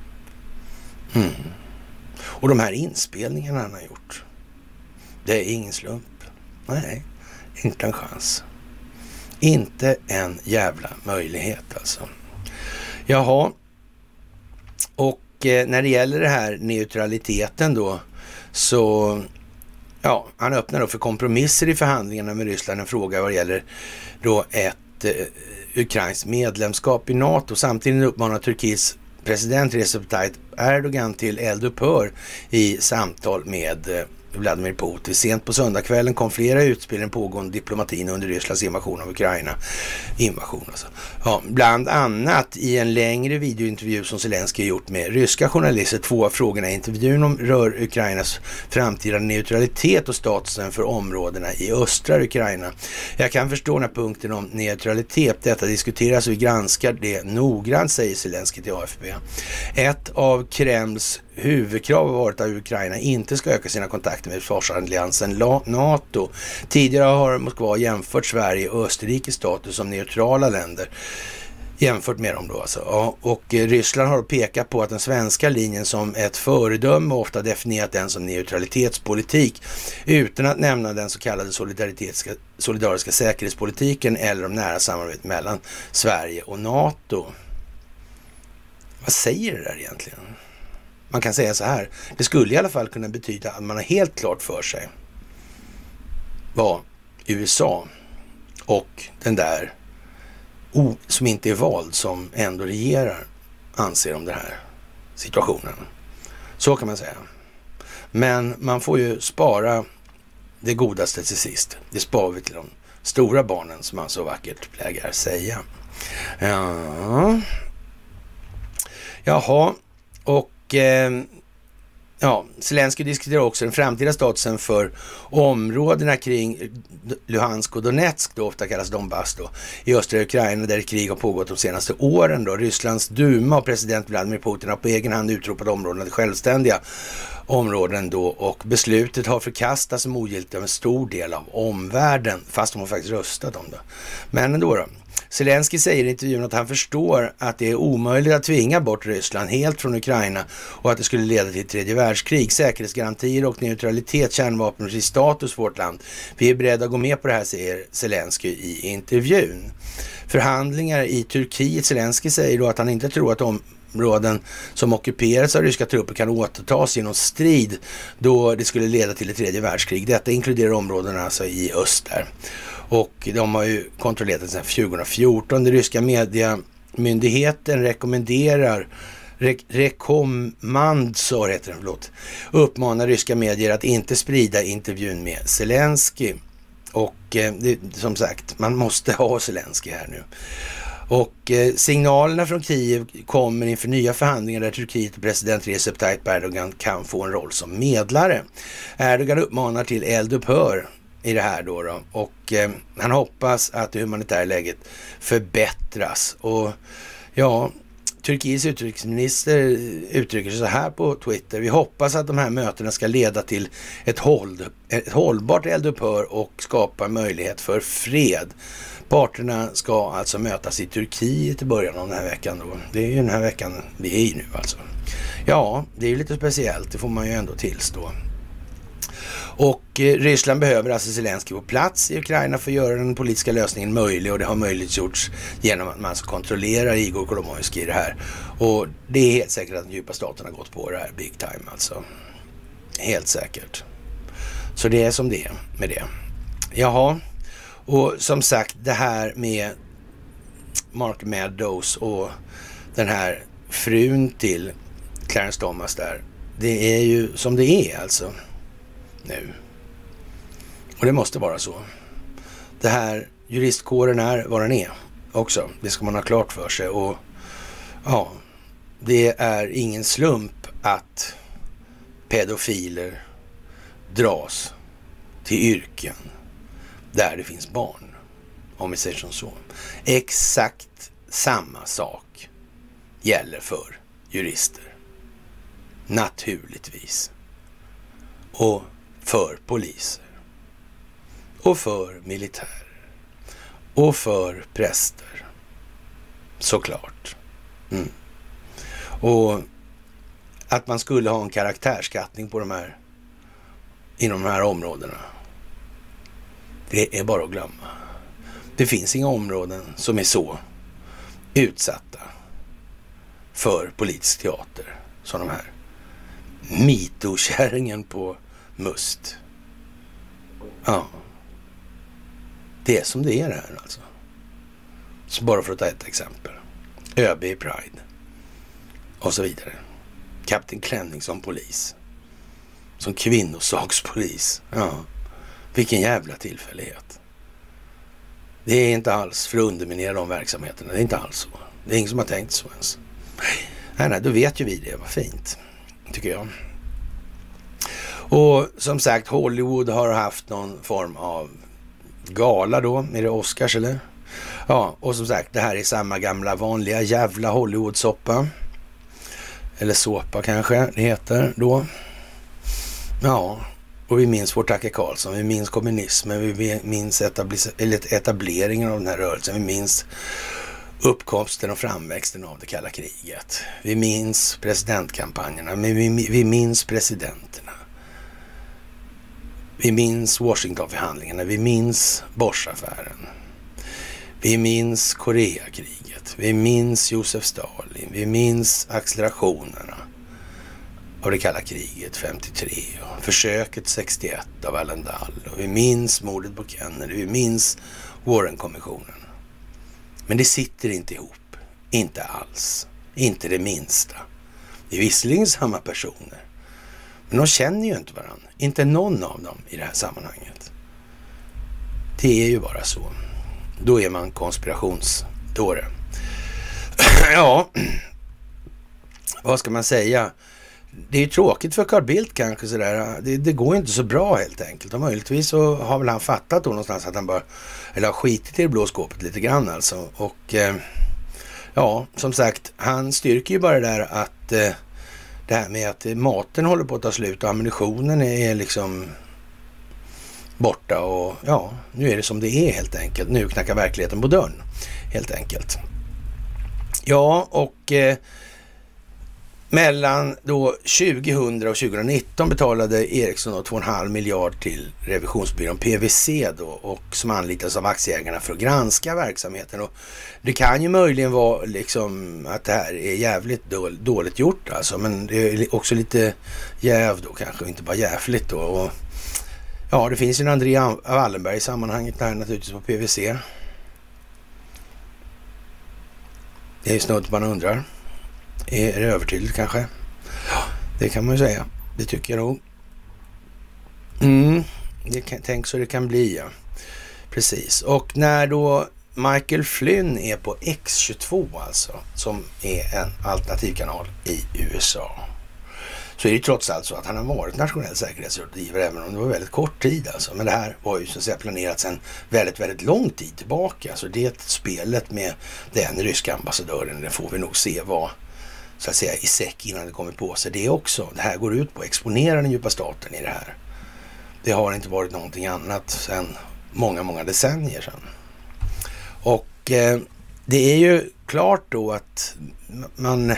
A: Och de här inspelningarna han har gjort, det är ingen slump. Nej, inte en chans. Inte en jävla möjlighet alltså. Jaha. Och när det gäller det här neutraliteten då, så han öppnar då för kompromisser i förhandlingarna med Ryssland. En fråga vad det gäller då ett ukrainskt medlemskap i NATO. Samtidigt uppmanar Turkiets president Recep Tayyip Erdogan till eldupphör i samtal med Vladimir Putin. Sent på söndagskvällen kom flera utspel i den pågående diplomatin under Rysslands invasion av Ukraina. Invasion alltså. Ja, bland annat i en längre videointervju som Zelenskyj gjort med ryska journalister. 2 av frågorna i intervjun rör Ukrainas framtida neutralitet och statusen för områdena i östra Ukraina. Jag kan förstå den här punkten om neutralitet. Detta diskuteras och vi granskar det noggrant, säger Zelenskyj till AFP. Ett av Kremls huvudkrav har varit att Ukraina inte ska öka sina kontakter med försvarsalliansen NATO. Tidigare har Moskva jämfört Sverige och Österrikes status som neutrala länder. Jämfört med dem då alltså. Ja, och Ryssland har pekat på att den svenska linjen som ett föredöme och ofta definierat den som neutralitetspolitik utan att nämna den så kallade solidariska säkerhetspolitiken eller om nära samarbete mellan Sverige och NATO. Vad säger det där egentligen? Man kan säga så här, det skulle i alla fall kunna betyda att man har helt klart för sig vad USA och den där som inte är vald som ändå regerar anser om den här situationen. Så kan man säga. Men man får ju spara det godaste till sist. Det sparar vi till de stora barnen som man så vackert plägar säga. Ja. Jaha, och Zelenskyj diskuterar också den framtida statusen för områdena kring Luhansk och Donetsk, då ofta kallas Donbass då, i östra Ukraina där krig har pågått de senaste åren då. Rysslands Duma och president Vladimir Putin har på egen hand utropat områdena till självständiga områden då och beslutet har förkastats som ogiltigt av en stor del av omvärlden, fast de har faktiskt röstat om det. Men ändå då. Zelenskyj säger i intervjun att han förstår att det är omöjligt att tvinga bort Ryssland helt från Ukraina och att det skulle leda till ett tredje världskrig, säkerhetsgarantier och neutralitet, kärnvapenfri status för vårt land. Vi är beredda att gå med på det här, säger Zelenskyj i intervjun. Förhandlingar i Turkiet. Zelenskyj säger då att han inte tror att områden som ockuperats av ryska trupper kan återtas genom strid då det skulle leda till ett tredje världskrig. Detta inkluderar områdena alltså i öst där. Och de har ju kontrollerat det sedan 2014. Den ryska mediamyndigheten uppmanar ryska medier att inte sprida intervjun med Zelenskyj. Och som sagt, man måste ha Zelenskyj här nu. Och signalerna från Kiev kommer inför nya förhandlingar där Turkiet och president Recep Tayyip Erdogan kan få en roll som medlare. Erdogan uppmanar till eldupphör i det här då. Och han hoppas att det humanitära läget förbättras. Och ja, Turkiets utrikesminister uttrycker sig så här på Twitter. Vi hoppas att de här mötena ska leda till ett hållbart eldupphör och skapa möjlighet för fred. Parterna ska alltså mötas i Turkiet i början av den här veckan då. Det är ju den här veckan vi är i nu alltså. Ja, det är ju lite speciellt, det får man ju ändå tillstå. Och Ryssland behöver alltså Zelenskyj på plats i Ukraina för att göra den politiska lösningen möjlig och det har möjliggjorts genom att man kontrollerar Igor Kolomoisky i det här. Och det är helt säkert att den djupa staten har gått på det här big time alltså. Helt säkert. Så det är som det är med det. Jaha, och som sagt det här med Mark Meadows och den här frun till Clarence Thomas där. Det är ju som det är alltså. Nu. Och det måste vara så. Det här juristkåren är vad den är också. Det ska man ha klart för sig. Och ja, det är ingen slump att pedofiler dras till yrken där det finns barn. Om vi säger som så. Exakt samma sak gäller för jurister. Naturligtvis. Och för poliser och för militär och för präster såklart. Och att man skulle ha en karaktärsskattning på de här inom de här områdena, det är bara att glömma. Det finns inga områden som är så utsatta för politisk teater som de här. Mitokärringen på Must. Ja. Det är som det är här alltså. Så bara för att ta ett exempel. ÖB i Pride. Och så vidare. Kapten Klänning som polis. som kvinnosakspolis. Ja, vilken jävla tillfällighet. Det är inte alls för att underminera de verksamheterna. Det är inte alls så. Det är ingen som har tänkt så ens. Nej, då vet ju vi det. Vad fint, tycker jag. Och som sagt, Hollywood har haft någon form av gala då. Är det Oscars eller? Ja, och som sagt, det här är samma gamla vanliga jävla Hollywood-soppa. Eller såpa kanske det heter då. Ja, och vi minns vår Tacke Karlsson, vi minns kommunismen, vi minns etableringen av den här rörelsen, vi minns uppkomsten och framväxten av det kalla kriget. Vi minns presidentkampanjerna, men vi minns presidenterna. Vi minns Washingtonförhandlingarna, vi minns Bosch-affären. Vi minns Koreakriget, vi minns Josef Stalin, vi minns accelerationerna av det kalla kriget 53 och försöket 61 av Allendale. Och vi minns mordet på Kennedy, vi minns Warren-kommissionen. Men det sitter inte ihop, inte alls, inte det minsta. Det är visserligen samma personer, men de känner ju inte varandra, inte någon av dem i det här sammanhanget. Det är ju bara så. Då är man konspirationsdåre. Ja, vad ska man säga? Det är ju tråkigt för Carl Bildt kanske sådär. Det går inte så bra helt enkelt. Och möjligtvis så har väl han fattat då någonstans att han bara, eller har skitit i det blå skåpet lite grann alltså. Och ja, som sagt, han styrker ju bara det där att det här med att maten håller på att ta slut och ammunitionen är liksom borta och ja, nu är det som det är helt enkelt. Nu knackar verkligheten på dörren helt enkelt. Ja, och mellan då 2000 och 2019 betalade Ericsson då 2,5 miljard till revisionsbyrån PwC då, och som anlitas av aktieägarna för att granska verksamheten. Och det kan ju möjligen vara liksom att det här är jävligt dåligt gjort alltså, men det är också lite jäv då kanske, inte bara jävligt då. Och ja, det finns ju en Andrea Wallenberg i sammanhanget där naturligtvis på PwC. Det är ju snudd man undrar. Är det övertydligt kanske? Ja, det kan man ju säga. Det tycker jag nog. Tänk så det kan bli, ja. Precis. Och när då Michael Flynn är på X22 alltså, som är en alternativkanal i USA, så är det trots allt så att han har varit nationell säkerhetsrådgivare, även om det var väldigt kort tid alltså. Men det här var ju så att säga planerat sedan väldigt, väldigt lång tid tillbaka. Så det spelet med den ryska ambassadören, det får vi nog se vad så att säga i säck innan det kommer på sig. Det också, det här går ut på att exponera den djupa staten i det här. Det har inte varit någonting annat sedan många, många decennier sedan. Och det är ju klart då att man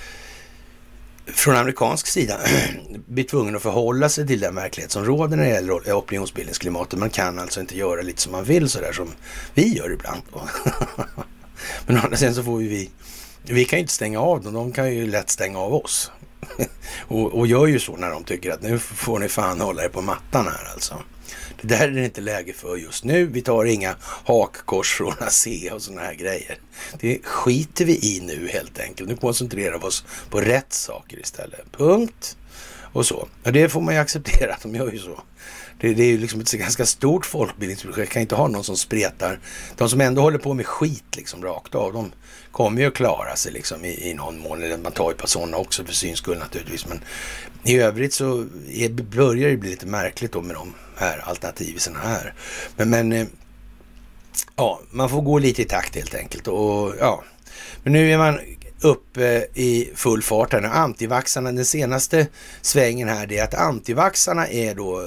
A: från amerikansk sida blir tvungen att förhålla sig till den verklighet som råder när det gäller opinionsbildningsklimatet. Man kan alltså inte göra lite som man vill sådär som vi gör ibland. Men å andra sidan så får vi kan ju inte stänga av dem, de kan ju lätt stänga av oss. och gör ju så när de tycker att nu får ni fan hålla er på mattan här alltså. Det där är det inte läge för just nu. Vi tar inga hakkors från ASEA och såna här grejer. Det skiter vi i nu helt enkelt. Nu koncentrerar vi oss på rätt saker istället. Punkt. Och så. Och det får man ju acceptera att de gör ju så. Det är ju liksom ett ganska stort folkbildningsprojekt. Kan inte ha någon som spretar. De som ändå håller på med skit liksom rakt av. De kommer ju att klara sig liksom i någon mån. Eller man tar ju på sådana också för syns skull naturligtvis. Men i övrigt så börjar det bli lite märkligt då med de här alternativen här. Men ja, man får gå lite i takt helt enkelt. Och ja, men nu är man uppe i full fart här. Antivaxarna, den senaste svängen här, det är att antivaxarna är då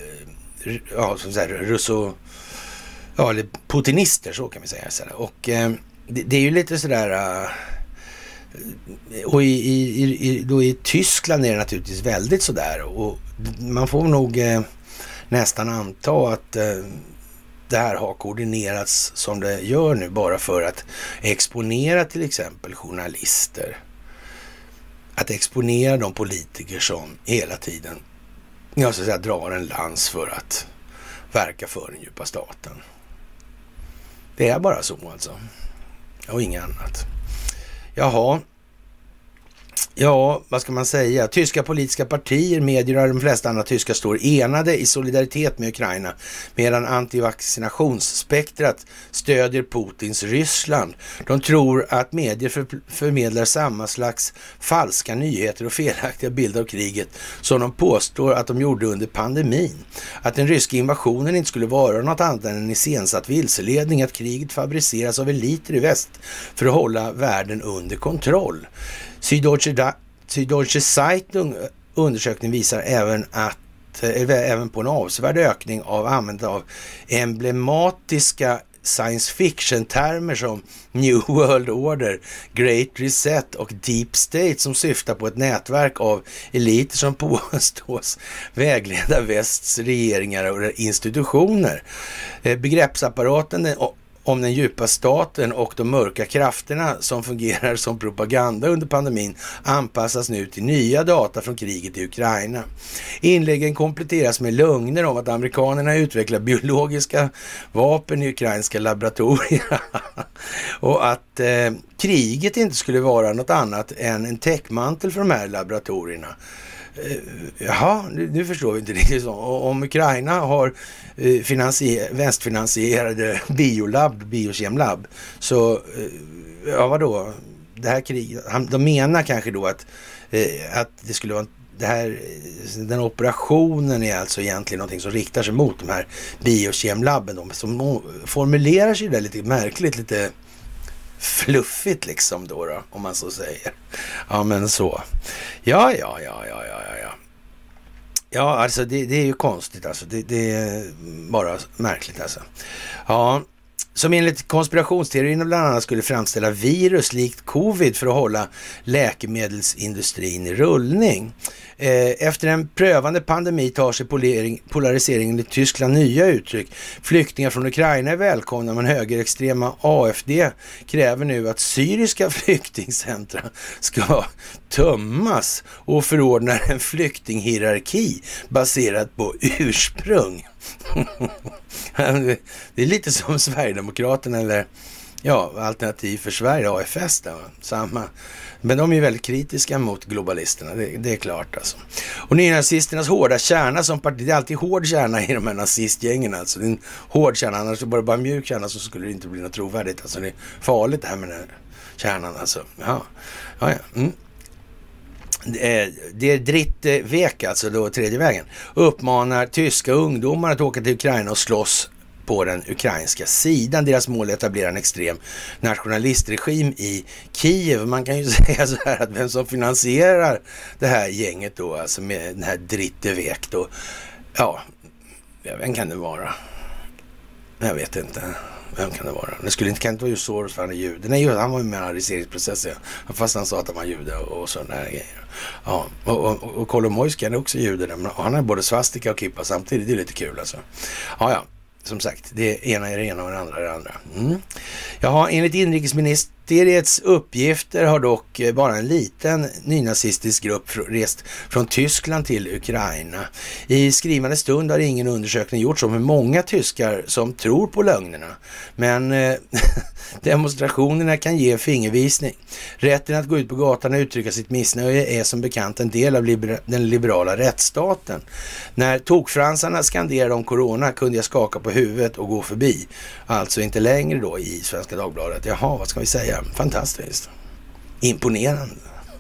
A: ja, som säger eller putinister, så kan vi säga. Och det är ju lite sådär och i Tyskland är det naturligtvis väldigt sådär, och man får nog nästan anta att det här har koordinerats som det gör nu bara för att exponera till exempel journalister. Att exponera de politiker som hela tiden så att säga drar en lans för att verka för den djupa staten. Det är bara så alltså. Och inget annat. Jaha. Ja, vad ska man säga? Tyska politiska partier, medier och de flesta andra tyskar står enade i solidaritet med Ukraina, medan antivaccinationsspektrat stödjer Putins Ryssland. De tror att medier förmedlar samma slags falska nyheter och felaktiga bilder av kriget som de påstår att de gjorde under pandemin. Att den ryska invasionen inte skulle vara något annat än en iscensatt vilseledning, att kriget fabriceras av eliter i väst för att hålla världen under kontroll. Süddeutsche Zeitung undersökning visar även på en avsevärd ökning av användandet av emblematiska science fiction-termer som New World Order, Great Reset och Deep State, som syftar på ett nätverk av eliter som påstås vägleda västs regeringar och institutioner. Begreppsapparaten om den djupa staten och de mörka krafterna som fungerar som propaganda under pandemin anpassas nu till nya data från kriget i Ukraina. Inläggen kompletteras med lögner om att amerikanerna utvecklar biologiska vapen i ukrainska laboratorier och att kriget inte skulle vara något annat än en täckmantel för de här laboratorierna. Jaha, nu förstår vi inte riktigt så. Om Ukraina har västfinansierade biokemlabb, så ja, vadå? Det här kriget, de menar kanske då att det skulle vara den operationen är alltså egentligen någonting som riktar sig mot de här biokemlabben, som formulerar sig där lite märkligt, lite fluffigt liksom då, om man så säger. Ja, men så. Ja. Ja, alltså det är ju konstigt alltså. Det är bara märkligt alltså. Ja, som enligt konspirationsteorierna bland annat skulle framställa virus likt covid för att hålla läkemedelsindustrin i rullning. Efter en prövande pandemi tar sig polariseringen i Tyskland nya uttryck. Flyktingar från Ukraina är välkomna, men högerextrema AfD kräver nu att syriska flyktingcentra ska tömmas och förordnar en flyktinghierarki baserad på ursprung. Det är lite som Sverigedemokraterna eller Alternativ för Sverige, AFS där, samma. Men de är ju väldigt kritiska mot globalisterna, det är klart alltså. Och nynazisternas hårda kärna som parti, det är alltid hård kärna i de här nazistgängen alltså. Det är en hård kärna, annars är det bara mjuk kärna, så skulle det inte bli något trovärdigt. Alltså det är farligt det här med den här kärnan alltså. Ja. Det är Dritte Weg, alltså då tredje vägen, uppmanar tyska ungdomar att åka till Ukraina och slåss på den ukrainska sidan. Deras mål är att etablera en extrem nationalistregim i Kiev. Man kan ju säga så här att vem som finansierar det här gänget då, alltså med den här Dritte Weg då, vem kan det vara? Jag vet inte. Vem kan det vara? Det kan inte vara just Soros, för han är jude. Nej, han var ju med i ariseringsprocessen. Fast han sa att han var jude och sådana här grejer. Ja, och Kolomoisky, han är också jude. Han har både svastika och kippa samtidigt. Det är lite kul alltså. Ja. Som sagt, det ena är det ena och det andra är det andra. Jaha, enligt inrikesministeriets uppgifter har dock bara en liten nynazistisk grupp rest från Tyskland till Ukraina. I skrivande stund har ingen undersökning gjorts om hur många tyskar som tror på lögnerna. Men demonstrationerna kan ge en fingervisning. Rätten att gå ut på gatan och uttrycka sitt missnöje är som bekant en del av den liberala rättsstaten. När tokfransarna skanderade om corona kunde jag skaka på huvudet och gå förbi. Alltså inte längre då i Svenska Dagbladet. Jaha, vad ska vi säga? Fantastiskt. Imponerande.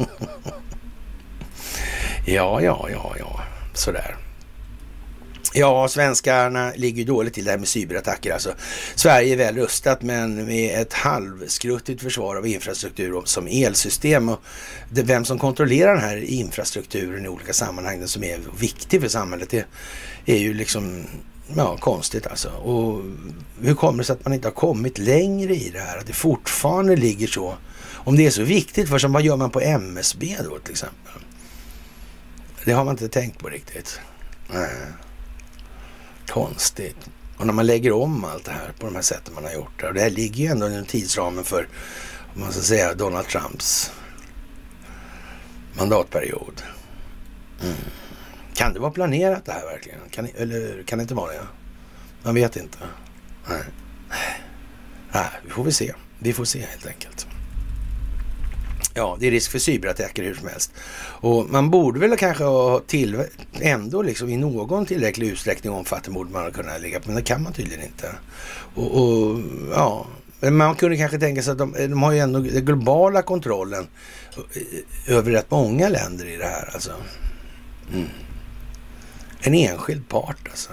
A: Ja. Sådär. Ja, svenskarna ligger dåligt till det här med cyberattacker. Alltså, Sverige är väl rustat, men med ett halvskruttigt försvar av infrastruktur som elsystem. Och vem som kontrollerar den här infrastrukturen i olika sammanhang som är viktig för samhället, det är ju liksom konstigt alltså. Och hur kommer det sig att man inte har kommit längre i det här? Att det fortfarande ligger så. Om det är så viktigt, för som vad gör man på MSB då till exempel? Det har man inte tänkt på riktigt. Nej. Konstigt. Och när man lägger om allt det här på de här sätten man har gjort det. Och det här ligger ju ändå inom tidsramen för, om man ska säga, Donald Trumps mandatperiod. Kan det vara planerat det här verkligen? Eller kan det inte vara det? Man vet inte. Nej, vi får se. Vi får se helt enkelt. Ja, det är risk för cyberattacker hur som helst. Och man borde väl kanske ha ändå liksom i någon tillräcklig utsträckning omfatta borde man kunna ligga på, men det kan man tydligen inte. Och ja, men man kunde kanske tänka sig att de har ju ändå den globala kontrollen över rätt många länder i det här alltså. En enskild part alltså.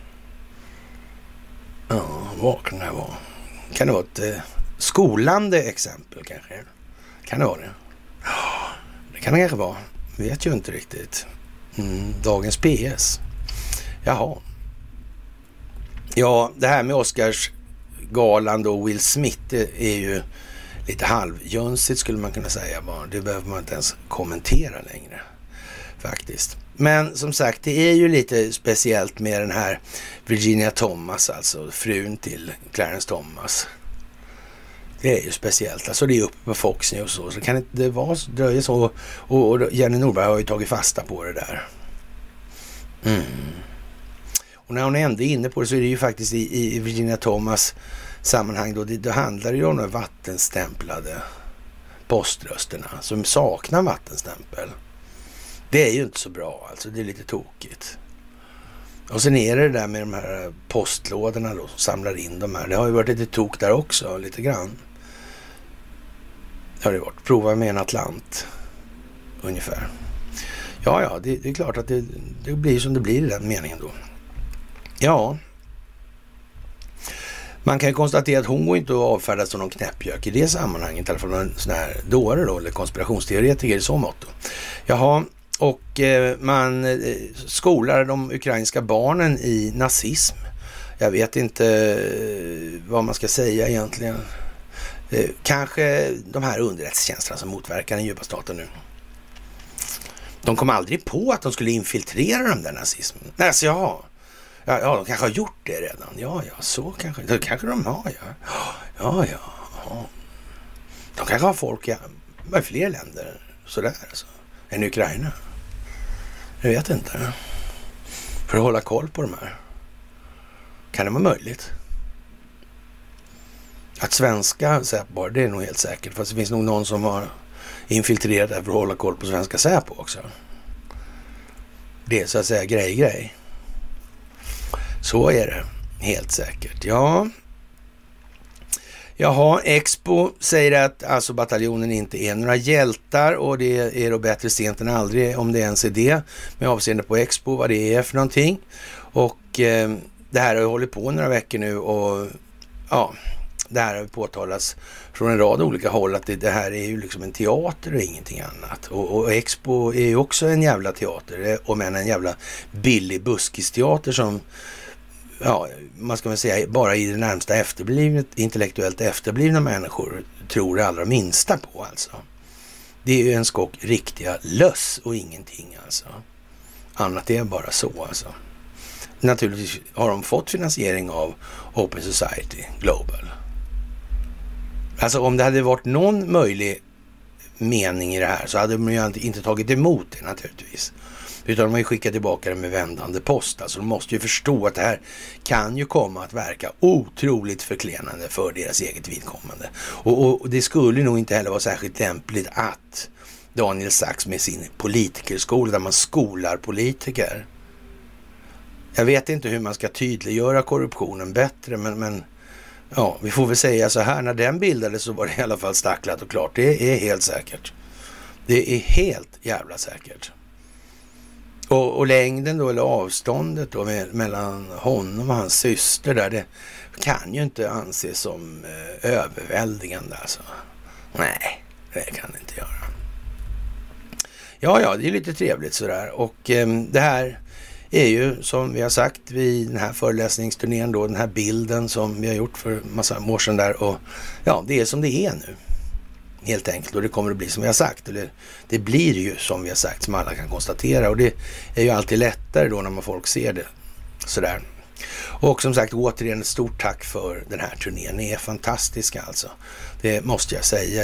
A: Ja, vad kan det vara? Kan det vara ett skolande exempel kanske? Kan det vara det? Ja, det kan det kanske vara. Vet ju inte riktigt. Dagens PS. Jaha. Ja, det här med Oscarsgalan då, Will Smith, det är ju lite halvjönsigt skulle man kunna säga bara. Det behöver man inte ens kommentera längre faktiskt. Men som sagt, det är ju lite speciellt med den här Virginia Thomas, alltså frun till Clarence Thomas. Det är ju speciellt. Alltså det är uppe på Fox News och så kan det inte dröja så. Och Jenny Norberg har ju tagit fasta på det där. Och när hon är ändå inne på det så är det ju faktiskt i Virginia Thomas sammanhang då. Det handlar ju om de vattenstämplade poströsterna som saknar vattenstämpel. Det är ju inte så bra alltså. Det är lite tokigt. Och sen är det där med de här postlådorna då som samlar in de här. Det har ju varit lite tok där också, lite grann. Det har det varit. Prova med en Atlant. Ungefär. Ja, det är klart att det blir som det blir i den meningen då. Ja. Man kan ju konstatera att hon går inte att avfärda som någon knäppjök i det sammanhanget. I alla fall någon sån här dåre då, eller konspirationsteoretiker i så mått då. Jaha. Och man skolar de ukrainska barnen i nazism. Jag vet inte vad man ska säga egentligen. Kanske de här underrättelsetjänsterna som motverkar den djupa staten nu. De kom aldrig på att de skulle infiltrera de där nazismen. Nej, alltså ja, de kanske har gjort det redan. Ja, så kanske. Det kanske de har, ja. De kanske har folk i fler länder sådär alltså, än Ukraina. Jag vet inte. För att hålla koll på de här. Kan det vara möjligt? Att svenska Säpo, det är nog helt säkert. Fast det finns nog någon som har infiltrerat där för att hålla koll på svenska Säpo också. Det är så att säga grej. Så är det. Helt säkert. Ja. Jaha, Expo säger att alltså bataljonen inte är några hjältar och det är då bättre sent än aldrig om det ens är det med avseende på Expo, vad det är för någonting. Och det här har ju hållit på några veckor nu och ja, det här har påtalats från en rad olika håll att det här är ju liksom en teater och ingenting annat. Och Expo är ju också en jävla teater, om än en jävla billig buskisteater som ja, man ska väl säga bara i det närmsta intellektuellt efterblivna människor tror det allra minsta på alltså. Det är ju en skock riktiga löss och ingenting alltså. Annat är bara så alltså. Naturligtvis har de fått finansiering av Open Society Global. Alltså om det hade varit någon möjlig mening i det här så hade de ju inte tagit emot det naturligtvis. Utan de har ju skickat tillbaka det med vändande post. Alltså de måste ju förstå att det här kan ju komma att verka otroligt förklenande för deras eget vidkommande. Och det skulle nog inte heller vara särskilt lämpligt att Daniel Sachs med sin politikerskola där man skolar politiker. Jag vet inte hur man ska tydliggöra korruptionen bättre men ja, vi får väl säga så här, när den bildades så var det i alla fall stacklat och klart. Det är helt säkert. Det är helt jävla säkert. Och längden då, eller avståndet då mellan honom och hans syster där, det kan ju inte anses som överväldigande alltså. Nej, det kan det inte göra. Ja, det är lite trevligt sådär. Och det här är ju som vi har sagt vid den här föreläsningsturnén då, den här bilden som vi har gjort för massa år sedan där. Och ja, det är som det är nu. Helt enkelt, och det kommer att bli som vi har sagt, eller det blir ju som vi har sagt, som alla kan konstatera, och det är ju alltid lättare då när man folk ser det sådär. Och som sagt, återigen ett stort tack för den här turnén, ni är fantastiska alltså, det måste jag säga.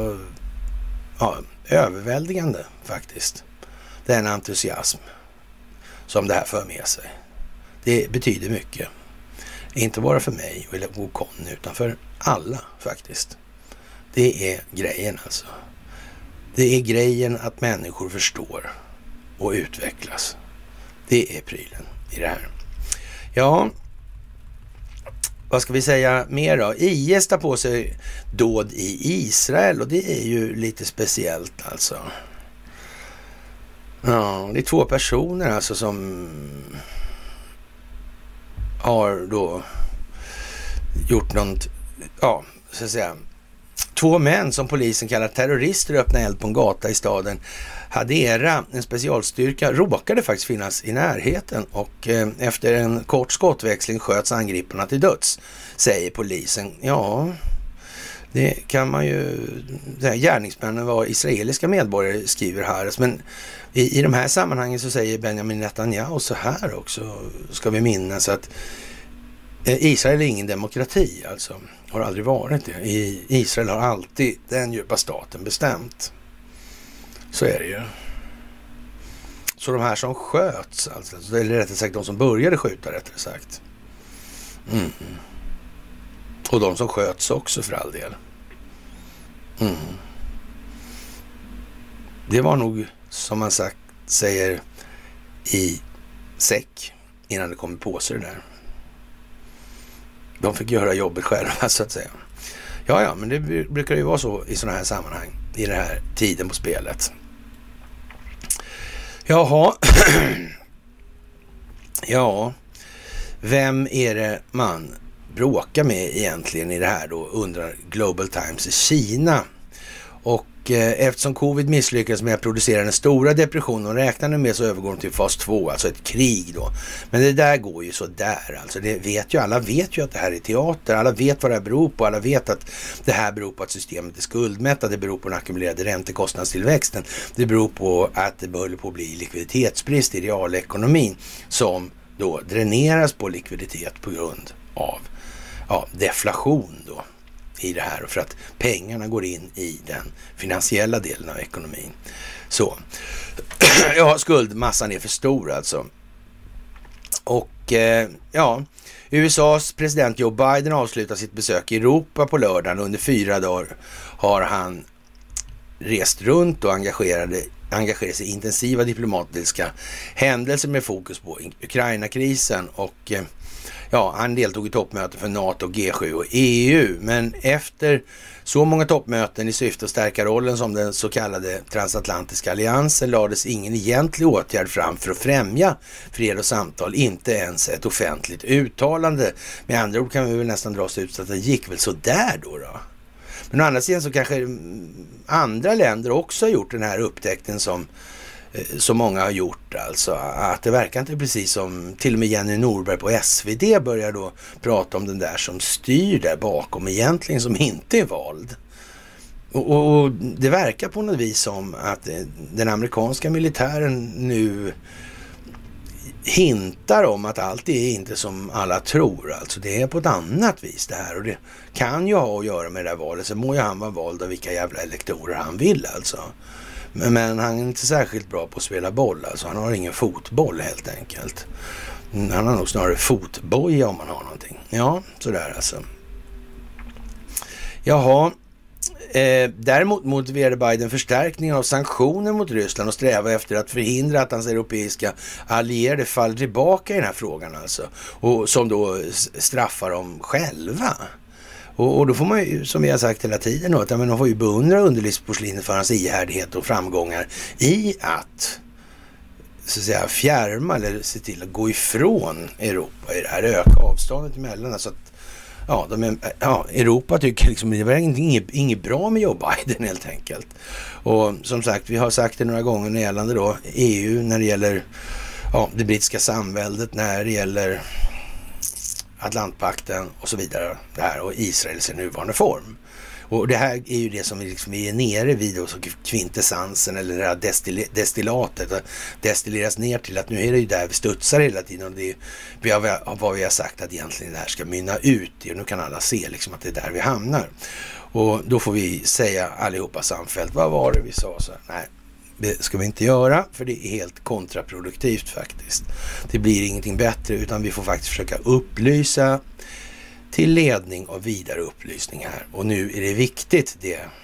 A: Överväldigande faktiskt, den entusiasm som det här för med sig, det betyder mycket, inte bara för mig och Conny utan för alla faktiskt. Det är grejen alltså. Det är grejen att människor förstår och utvecklas. Det är prylen i det här. Ja, vad ska vi säga mer då? IS tar på sig dåd i Israel och det är ju lite speciellt alltså. Ja, det är 2 personer alltså som har då gjort något, ja, så att säga. 2 män som polisen kallar terrorister öppnade eld på en gata i staden Hadera. En specialstyrka råkade faktiskt finnas i närheten och efter en kort skottväxling sköts angriparna till döds, säger polisen. Ja, det kan man ju... Gärningsmännen var israeliska medborgare, skriver Haaretz. Men i de här sammanhangen så säger Benjamin Netanyahu så här också, ska vi minnas att Israel är ingen demokrati alltså. Har aldrig varit det. I Israel har alltid den djupa staten bestämt. Så är det ju. Så de här som sköts, alltså, eller rättare sagt de som började skjuta rättare sagt. Och de som sköts också för all del. Det var nog som man säger i säck innan det kom på sig det där. De fick göra jobbet själva så att säga. Ja, men det brukar ju vara så i sådana här sammanhang. I den här tiden på spelet. Jaha. Ja. Vem är det man bråkar med egentligen i det här då? Undrar Global Times i Kina. Och eftersom covid misslyckades med att producera den stora depressionen och räknade med så övergår de till fas 2, alltså ett krig då. Men det där går ju så där, alltså det vet ju, alla vet ju att det här är teater, alla vet vad det här beror på, alla vet att det här beror på att systemet är skuldmättat, det beror på den ackumulerade räntekostnadstillväxten, det beror på att det håller på att bli likviditetsbrist i realekonomin som då dräneras på likviditet på grund av deflation då i det här och för att pengarna går in i den finansiella delen av ekonomin. Så, skuldmassan är för stor alltså. Och USAs president Joe Biden avslutar sitt besök i Europa på lördagen. Under 4 dagar har han rest runt och engagerat sig i intensiva diplomatiska händelser med fokus på Ukraina-krisen och han deltog i toppmöten för NATO, G7 och EU. Men efter så många toppmöten i syfte att stärka rollen som den så kallade transatlantiska alliansen lades ingen egentlig åtgärd fram för att främja fred och samtal. Inte ens ett offentligt uttalande. Med andra ord kan vi väl nästan dra sig ut att det gick väl så där då. Men å andra sidan så kanske andra länder också har gjort den här upptäckten som så många har gjort, alltså att det verkar inte precis som till och med Jenny Norberg på SvD börjar då prata om den där som styr där bakom egentligen som inte är vald. Och det verkar på något vis som att den amerikanska militären nu hintar om att allt är inte som alla tror, alltså det är på ett annat vis det här och det kan ju ha att göra med det här valet, så må ju han vara vald av vilka jävla elektorer han vill alltså. Men han är inte särskilt bra på att spela boll. Alltså han har ingen fotboll helt enkelt. Han har nog snarare fotboja om man har någonting. Ja, sådär alltså. Jaha. Däremot motiverade Biden förstärkningen av sanktioner mot Ryssland och sträva efter att förhindra att hans europeiska allierade faller tillbaka i den här frågan alltså. Och som då straffar dem själva. Och då får man ju, som vi har sagt hela tiden, att man får ju beundra underlivsporslinet för hans ihärdighet och framgångar i att så att säga fjärma eller se till att gå ifrån Europa i det här, öka avståndet emellan. Alltså att Europa tycker liksom det var inget bra med Joe Biden helt enkelt. Och som sagt, vi har sagt det några gånger när gällande då EU, när det gäller det brittiska samväldet, när det gäller Atlantpakten och så vidare, det här och Israels nuvarande form. Och det här är ju det som vi är nere vid och så kvintessensen eller det här destillatet destilleras ner till att nu är det ju där vi studsar hela tiden och det är vad vi har sagt att egentligen det här ska mynna ut i och nu kan alla se liksom att det är där vi hamnar. Och då får vi säga allihopa samfällt, vad var det vi sa? Så nej, det ska vi inte göra för det är helt kontraproduktivt faktiskt. Det blir ingenting bättre utan vi får faktiskt försöka upplysa till ledning och vidare upplysning här. Och nu är det viktigt det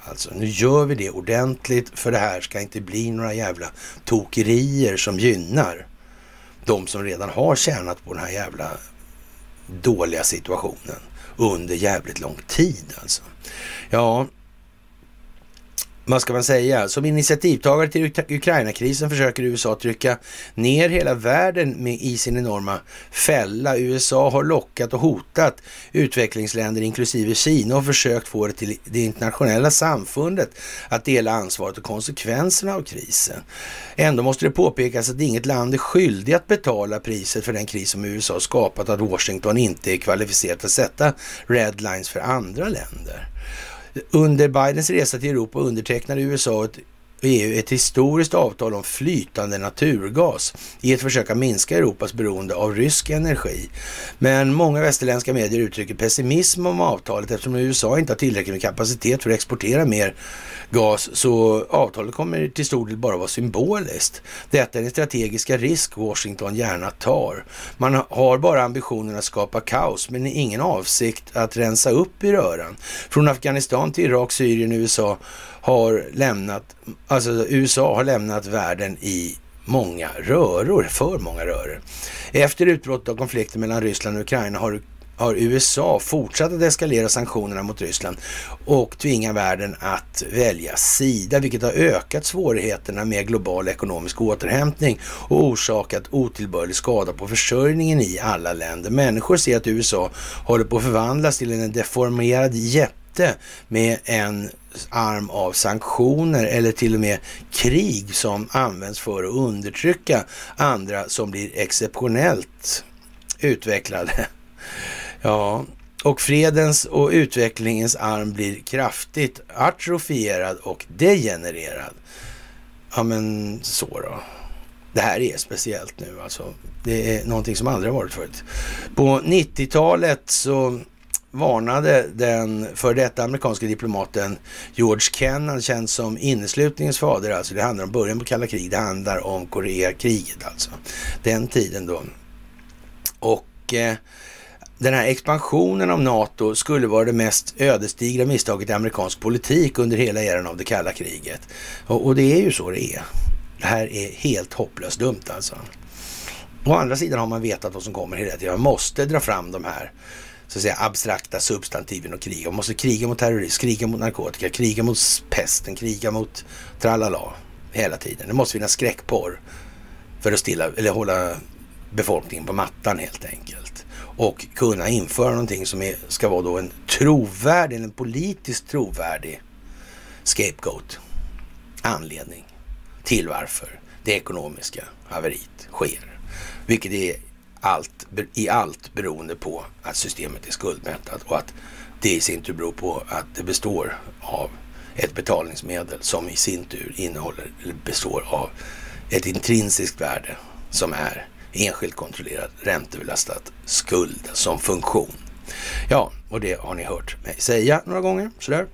A: Alltså, nu gör vi det ordentligt, för det här ska inte bli några jävla tokerier som gynnar de som redan har tjänat på den här jävla dåliga situationen under jävligt lång tid alltså. Ja, vad ska man säga? Som initiativtagare till Ukraina-krisen försöker USA trycka ner hela världen i sin enorma fälla. USA har lockat och hotat utvecklingsländer inklusive Kina och försökt få det till det internationella samfundet att dela ansvaret och konsekvenserna av krisen. Ändå måste det påpekas att inget land är skyldig att betala priset för den kris som USA skapat, att Washington inte är kvalificerat att sätta red lines för andra länder. Under Bidens resa till Europa undertecknade USA och EU ett historiskt avtal om flytande naturgas i ett försök att minska Europas beroende av rysk energi. Men många västerländska medier uttrycker pessimism om avtalet eftersom USA inte har tillräckligt med kapacitet för att exportera mer gas, så avtalet kommer till stor del bara vara symboliskt. Detta är den strategiska risk Washington gärna tar. Man har bara ambitionen att skapa kaos, men ingen avsikt att rensa upp i röran. Från Afghanistan till Irak, Syrien, USA har lämnat världen i många röror, för många röror. Efter utbrottet av konflikten mellan Ryssland och Ukraina har USA fortsatt att eskalera sanktionerna mot Ryssland och tvinga världen att välja sida, vilket har ökat svårigheterna med global ekonomisk återhämtning och orsakat otillbörlig skada på försörjningen i alla länder. Människor ser att USA håller på att förvandlas till en deformerad jätte med en arm av sanktioner eller till och med krig som används för att undertrycka andra som blir exceptionellt utvecklade. Ja, och fredens och utvecklingens arm blir kraftigt atrofierad och degenererad. Ja, men så då. Det här är speciellt nu alltså. Det är någonting som aldrig har varit förut. På 90-talet så varnade den för detta amerikanska diplomaten George Kennan, känd som inneslutningens fader, alltså det handlar om början på kalla krig, det handlar om Koreakriget alltså, den tiden då. Och den här expansionen av NATO skulle vara det mest ödesdigra misstaget i amerikansk politik under hela eran av det kalla kriget. Och det är ju så det är. Det här är helt hopplöst dumt alltså. Å andra sidan har man vetat vad som kommer hela tiden. Man måste dra fram de här så att säga abstrakta substantiven och kriga. Man måste kriga mot terrorism, kriga mot narkotika, kriga mot pesten, kriga mot tralala hela tiden. Det måste finnas skräckporr för att hålla befolkningen på mattan helt enkelt. Och kunna införa någonting som ska vara då en politiskt trovärdig scapegoat. Anledning till varför det ekonomiska haveriet sker. Vilket är i allt beroende på att systemet är skuldmättat och att det i sin tur beror på att det består av ett betalningsmedel som i sin tur består av ett intrinsiskt värde som är enskilt kontrollerad räntebelastat skuld som funktion. Ja, och det har ni hört mig säga några gånger. Sådär.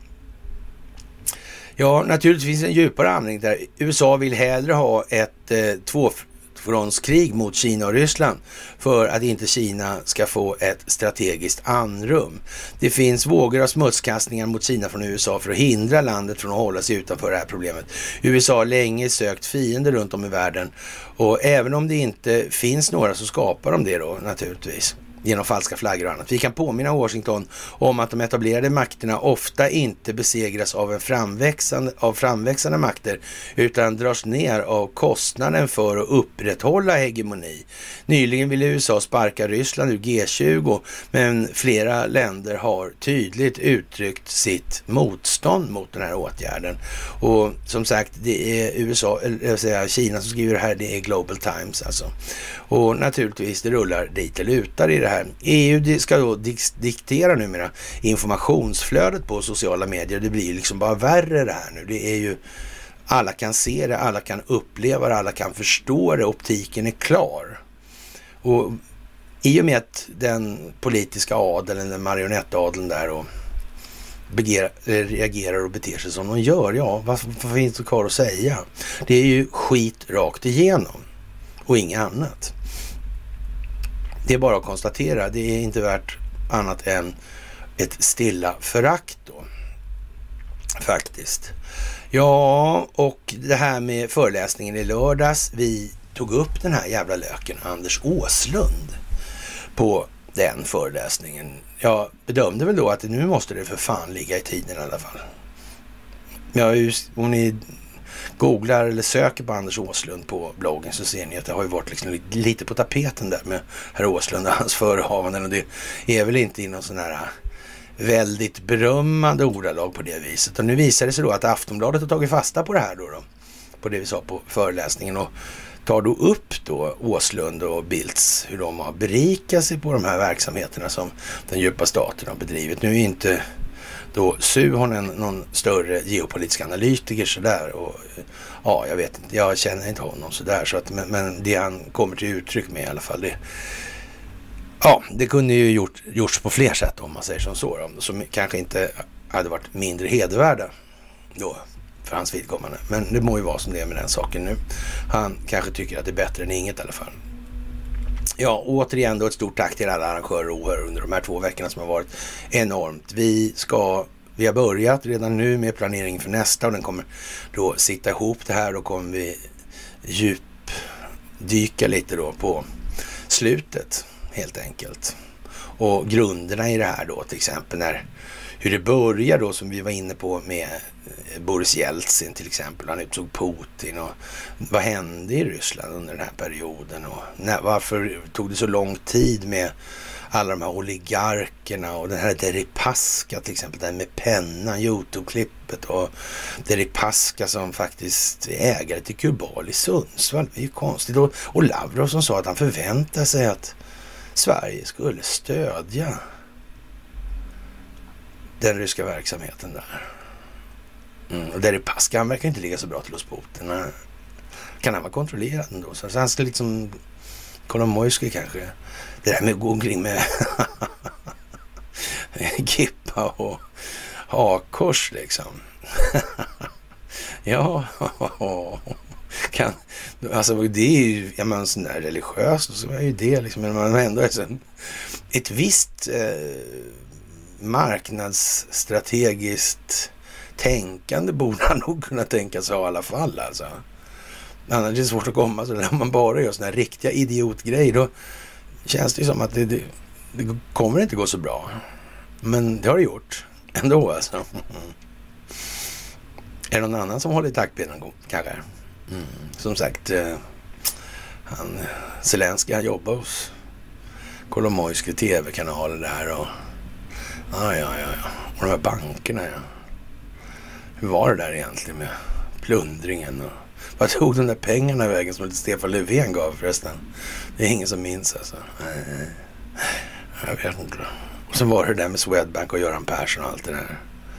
A: Ja, naturligtvis en djupare anledning där. USA vill hellre ha ett tvåfrontskrig mot Kina och Ryssland för att inte Kina ska få ett strategiskt andrum. Det finns vågor av smutskastningar mot Kina från USA för att hindra landet från att hålla sig utanför det här problemet. USA har länge sökt fiender runt om i världen och även om det inte finns några så skapar de det då naturligtvis genom falska flaggor och annat. Vi kan påminna Washington om att de etablerade makterna ofta inte besegras av framväxande makter utan dras ner av kostnaden för att upprätthålla hegemoni. Nyligen ville USA sparka Ryssland ur G20, men flera länder har tydligt uttryckt sitt motstånd mot den här åtgärden. Och som sagt, det är Kina som skriver det här, det är Global Times alltså. Och naturligtvis det rullar dit det lutar i det här. EU ska då diktera numera informationsflödet på sociala medier. Det blir liksom bara värre det här nu. Det är ju, alla kan se det, alla kan uppleva det, alla kan förstå det. Optiken är klar. Och i och med att den politiska adeln, den marionettadeln där och reagerar och beter sig som de gör, ja, vad finns det kvar att säga? Det är ju skit rakt igenom och inget annat. Det är bara att konstatera, det är inte värt annat än ett stilla förakt då. Faktiskt. Ja, och det här med föreläsningen i lördags. Vi tog upp den här jävla löken Anders Åslund på den föreläsningen. Jag bedömde väl då att nu måste det för fan ligga i tiden i alla fall. Ja, om ni googlar eller söker på Anders Åslund på bloggen så ser ni att det har ju varit liksom lite på tapeten där med herr Åslund och hans förehavanden. Och det är väl inte i någon sån här väldigt berömmande ordalag på det viset. Och nu visar det sig då att Aftonbladet har tagit fasta på det här då på det vi sa på föreläsningen och tar då upp då Åslund och Bildts hur de har berikat sig på de här verksamheterna som den djupa staten har bedrivit. Nu är inte då Suhonen någon större geopolitisk analytiker sådär och ja, jag vet inte, jag känner inte honom sådär så att, men det han kommer till uttryck med i alla fall det kunde ju gjorts på fler sätt om man säger så då, som kanske inte hade varit mindre hedervärda då för hans vidkommande. Men det må ju vara som det är med den saken nu. Han kanske tycker att det är bättre än inget i alla fall. Ja, återigen då ett stort tack till alla arrangörer och åhörare under de här 2 veckorna som har varit enormt. Vi har börjat redan nu med planering för nästa och den kommer då sitta ihop det här och kommer vi djupdyka lite då på slutet helt enkelt. Och grunderna i det här då till exempel hur det börjar då som vi var inne på med Boris Jeltsin till exempel. Han utsåg Putin och vad hände i Ryssland under den här perioden och varför tog det så lång tid med alla de här oligarkerna och den här Deripaska till exempel, där med pennan, YouTube-klippet och Deripaska som faktiskt är ägare till Kubal i Sundsvall. Det är ju konstigt. Och Lavrov som sa att han förväntade sig att Sverige skulle stödja den ryska verksamheten där. Och Deripaska, han verkar inte ligga så bra till hos Putin. Kan han vara kontrollerad ändå? Så han ska liksom Kolomojski kanske. Det där med att gå omkring med gippa och hakors liksom. Ja, alltså det är ju sån där religiöst och så är ju det liksom, men man ändå ett visst marknadsstrategiskt tänkande borde han nog kunna tänka sig i alla fall alltså. Annars är det svårt att komma så när man bara gör såna här riktiga idiotgrejer då känns det ju som att det kommer inte gå så bra. Men det har det gjort ändå alltså. Är det någon annan som håller i taktpinnen kanske? Som sagt, Zelensky han jobbar hos Kolomojski tv-kanaler där och ja. Och de här bankerna Hur var det där egentligen med plundringen och vad tog de där pengarna vägen som Stefan Löfven gav förresten? Det är ingen som minns alltså. Jag vet inte. Och sen var det där med Swedbank och Göran Persson och allt det där.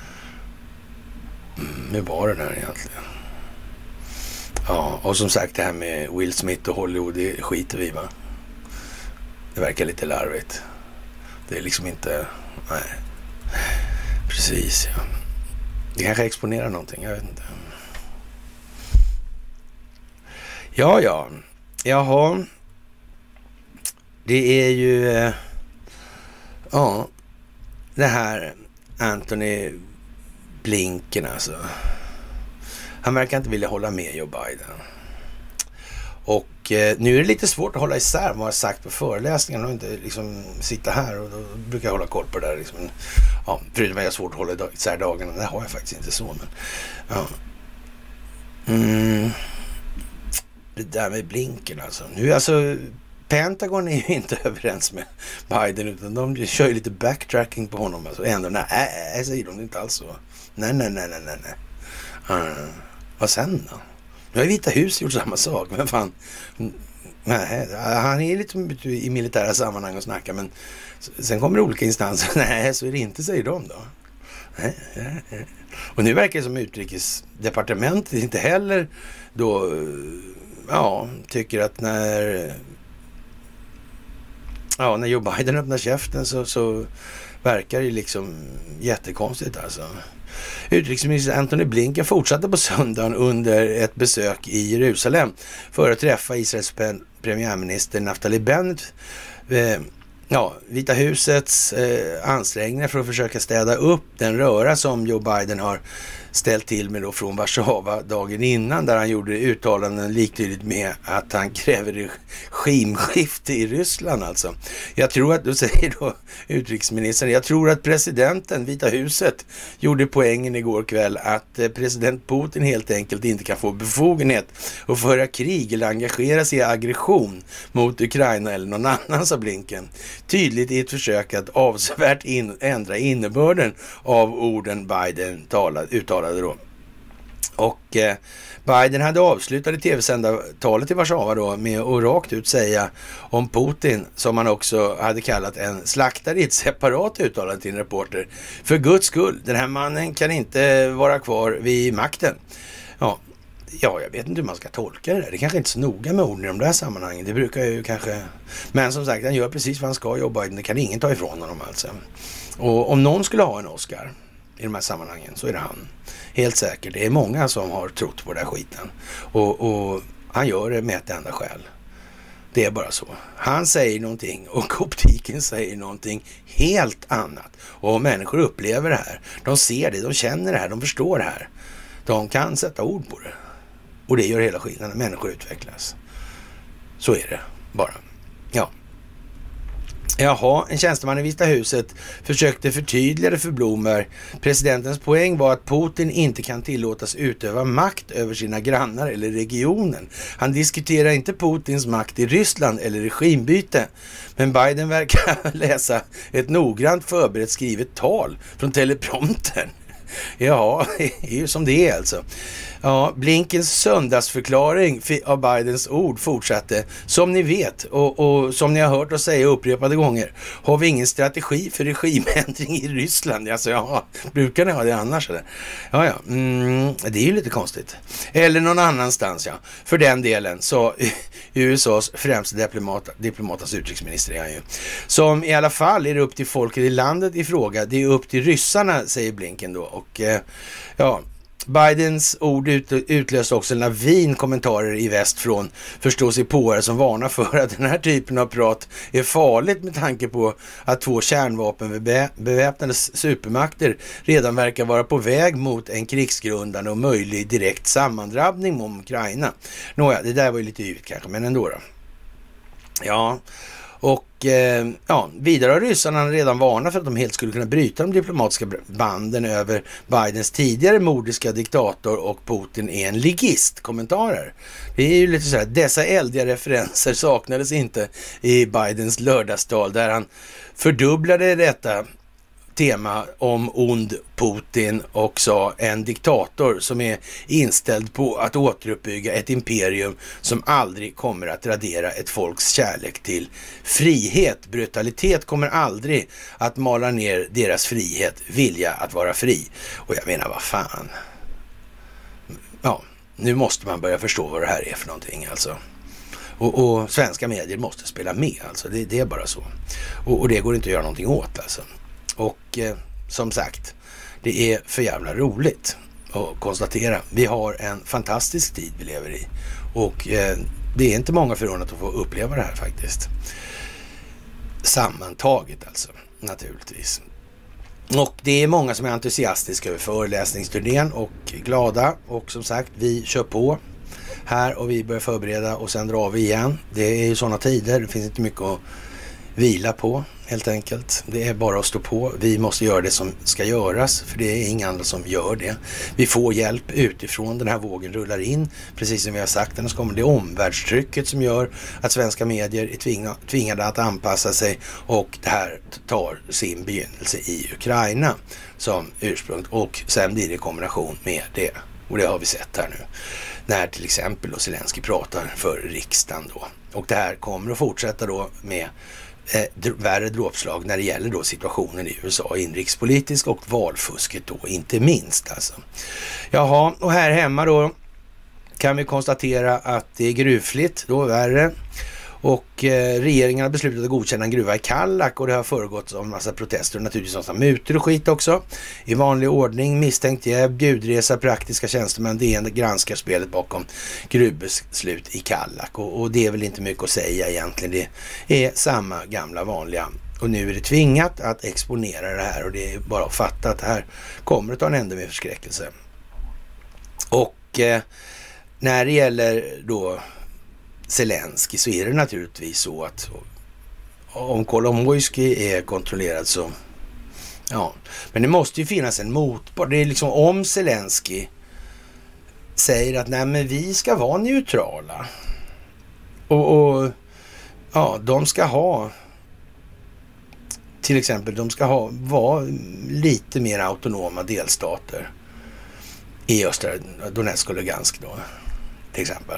A: Hur var det där egentligen? Ja, och som sagt det här med Will Smith och Hollywood, det skiter vi va? Det verkar lite larvigt. Det är liksom inte... Nej. Precis, ja. Det kanske exponerar någonting, jag vet inte. Ja. Jaha. Det är ju... det här Antony Blinken alltså. Han verkar inte vilja hålla med Joe Biden. Och nu är det lite svårt att hålla isär vad man har sagt på föreläsningen och inte liksom sitta här och då brukar jag hålla koll på det där liksom. Ja, förutom att jag har svårt att hålla isär dagarna. Det har jag faktiskt inte så, men ja. Det där med Blinken alltså. Nu alltså Pentagon är ju inte överens med Biden utan de kör ju lite backtracking på honom alltså. Ändå nej, säger de inte alls så. Nej. Vad sen då? Nu har Vita hus gjort samma sak. Men fan, nej, han är lite i militära sammanhang och snackar. Men sen kommer det olika instanser. Nej, så är det inte, säger de då. Nej. Och nu verkar det som utrikesdepartementet inte heller då, tycker att när Joe Biden öppnar käften så verkar det liksom jättekonstigt alltså. Utrikesminister Antony Blinken fortsatte på söndagen under ett besök i Jerusalem för att träffa Israels premiärminister Naftali Bennett. Vita husets ansträngningar för att försöka städa upp den röra som Joe Biden har ställt till med då från Warszawa dagen innan, där han gjorde uttalanden liktydigt med att han kräver regimskifte i Ryssland alltså. Jag tror att, då säger då utrikesministern, jag tror att presidenten, Vita huset, gjorde poängen igår kväll att president Putin helt enkelt inte kan få befogenhet att föra krig eller engagera sig i aggression mot Ukraina eller någon annan, sa Blinken. Tydligt i ett försök att avsevärt ändra innebörden av orden Biden uttalade då. Och Biden hade avslutat tv-sända talet i Warszawa då med att rakt ut säga om Putin, som han också hade kallat en slaktare, i ett separat uttalande till en reporter: för Guds skull, den här mannen kan inte vara kvar vid makten. Ja, jag vet inte hur man ska tolka det där. Det kanske inte är så noga med orden i de där sammanhangen. Det brukar ju kanske... Men som sagt, han gör precis vad han ska jobba. Det kan ingen ta ifrån honom alltså. Och om någon skulle ha en Oscar i de här sammanhangen så är det han. Helt säkert. Det är många som har trott på den här skiten. Och han gör det med ett enda skäl. Det är bara så. Han säger någonting och optiken säger någonting helt annat. Och människor upplever det här. De ser det, de känner det här, de förstår det här. De kan sätta ord på det. Och det gör hela skillnaden när människor utvecklas. Så är det bara. Ja. Jaha, en tjänsteman i Vita huset försökte förtydliga det för Blomberg. Presidentens poäng var att Putin inte kan tillåtas utöva makt över sina grannar eller regionen. Han diskuterar inte Putins makt i Ryssland eller regimbyte. Men Biden verkar läsa ett noggrant förberett skrivet tal från telepromptern. Ja, det är ju som det är alltså. Ja, Blinkens söndagsförklaring av Bidens ord fortsatte. Som ni vet och som ni har hört oss säga upprepade gånger, har vi ingen strategi för regimändring i Ryssland. Alltså, ja, brukar ni ha det annars eller? Ja, det är ju lite konstigt. Eller någon annanstans, ja. För den delen så USAs främsta diplomatens utrikesminister är han ju. Som i alla fall är det upp till folket i landet i fråga. Det är upp till ryssarna, säger Blinken då. Och ja... Bidens ord utlöste också en lavin kommentarer i väst från förståsigpåare som varnar för att den här typen av prat är farligt med tanke på att 2 kärnvapenbeväpnade supermakter redan verkar vara på väg mot en krigsgrundande och möjlig direkt sammandrabbning mot Ukraina. Nåja, det där var ju lite yvigt kanske, men ändå då. Ja, och vidare har ryssarna redan varnat för att de helt skulle kunna bryta de diplomatiska banden över Bidens tidigare mordiska diktator och Putin är en ligist. Kommentarer. Det är ju lite så här, dessa eldiga referenser saknades inte i Bidens lördagstal där han fördubblade detta tema om ond Putin och sa en diktator som är inställd på att återuppbygga ett imperium som aldrig kommer att radera ett folks kärlek till frihet. Brutalitet kommer aldrig att mala ner deras frihet, vilja att vara fri. Och jag menar, vad fan. Ja, nu måste man börja förstå vad det här är för någonting alltså. Och svenska medier måste spela med alltså. Det är bara så. Och det går inte att göra någonting åt alltså. Och som sagt, det är för jävla roligt att konstatera. Vi har en fantastisk tid vi lever i. Och det är inte många förunnat att få uppleva det här faktiskt. Sammantaget alltså, naturligtvis. Och det är många som är entusiastiska över föreläsningsturnén och glada. Och som sagt, vi kör på här och vi börjar förbereda och sen drar vi igen. Det är ju sådana tider, det finns inte mycket att vila på helt enkelt. Det är bara att stå på. Vi måste göra det som ska göras, för det är inga andra som gör det. Vi får hjälp utifrån, den här vågen rullar in, precis som vi har sagt. Annars kommer det omvärldstrycket som gör att svenska medier är tvingade att anpassa sig, och det här tar sin begynnelse i Ukraina som ursprung, och sen blir det i kombination med det. Och det har vi sett här nu. När till exempel då Zelensky pratar för riksdagen då. Och det här kommer att fortsätta då med värre dråpslag när det gäller då situationen i USA, inrikespolitisk och valfusket då inte minst alltså. Jaha, och här hemma då kan vi konstatera att det är gruvfritt då, värre. Och regeringen har beslutat att godkänna en gruva i Kallak, och det har föregått av en massa protester och naturligtvis sådana mutor och skit också. I vanlig ordning, misstänkt jäv, budresa, praktiska tjänstemän, DN granskar spelet bakom gruvbeslut i Kallak. Och det är väl inte mycket att säga egentligen. Det är samma gamla vanliga. Och nu är det tvingat att exponera det här, och det är bara att fatta att det här kommer att ta en ände med förskräckelse. Och när det gäller då Zelensky så är det naturligtvis så att om Kolomoisky är kontrollerad så ja, men det måste ju finnas en motpart. Det är liksom om Zelensky säger att nej men vi ska vara neutrala och ja, de ska ha till exempel, de ska vara lite mer autonoma delstater i östra Donetsk och Lugansk då, till exempel.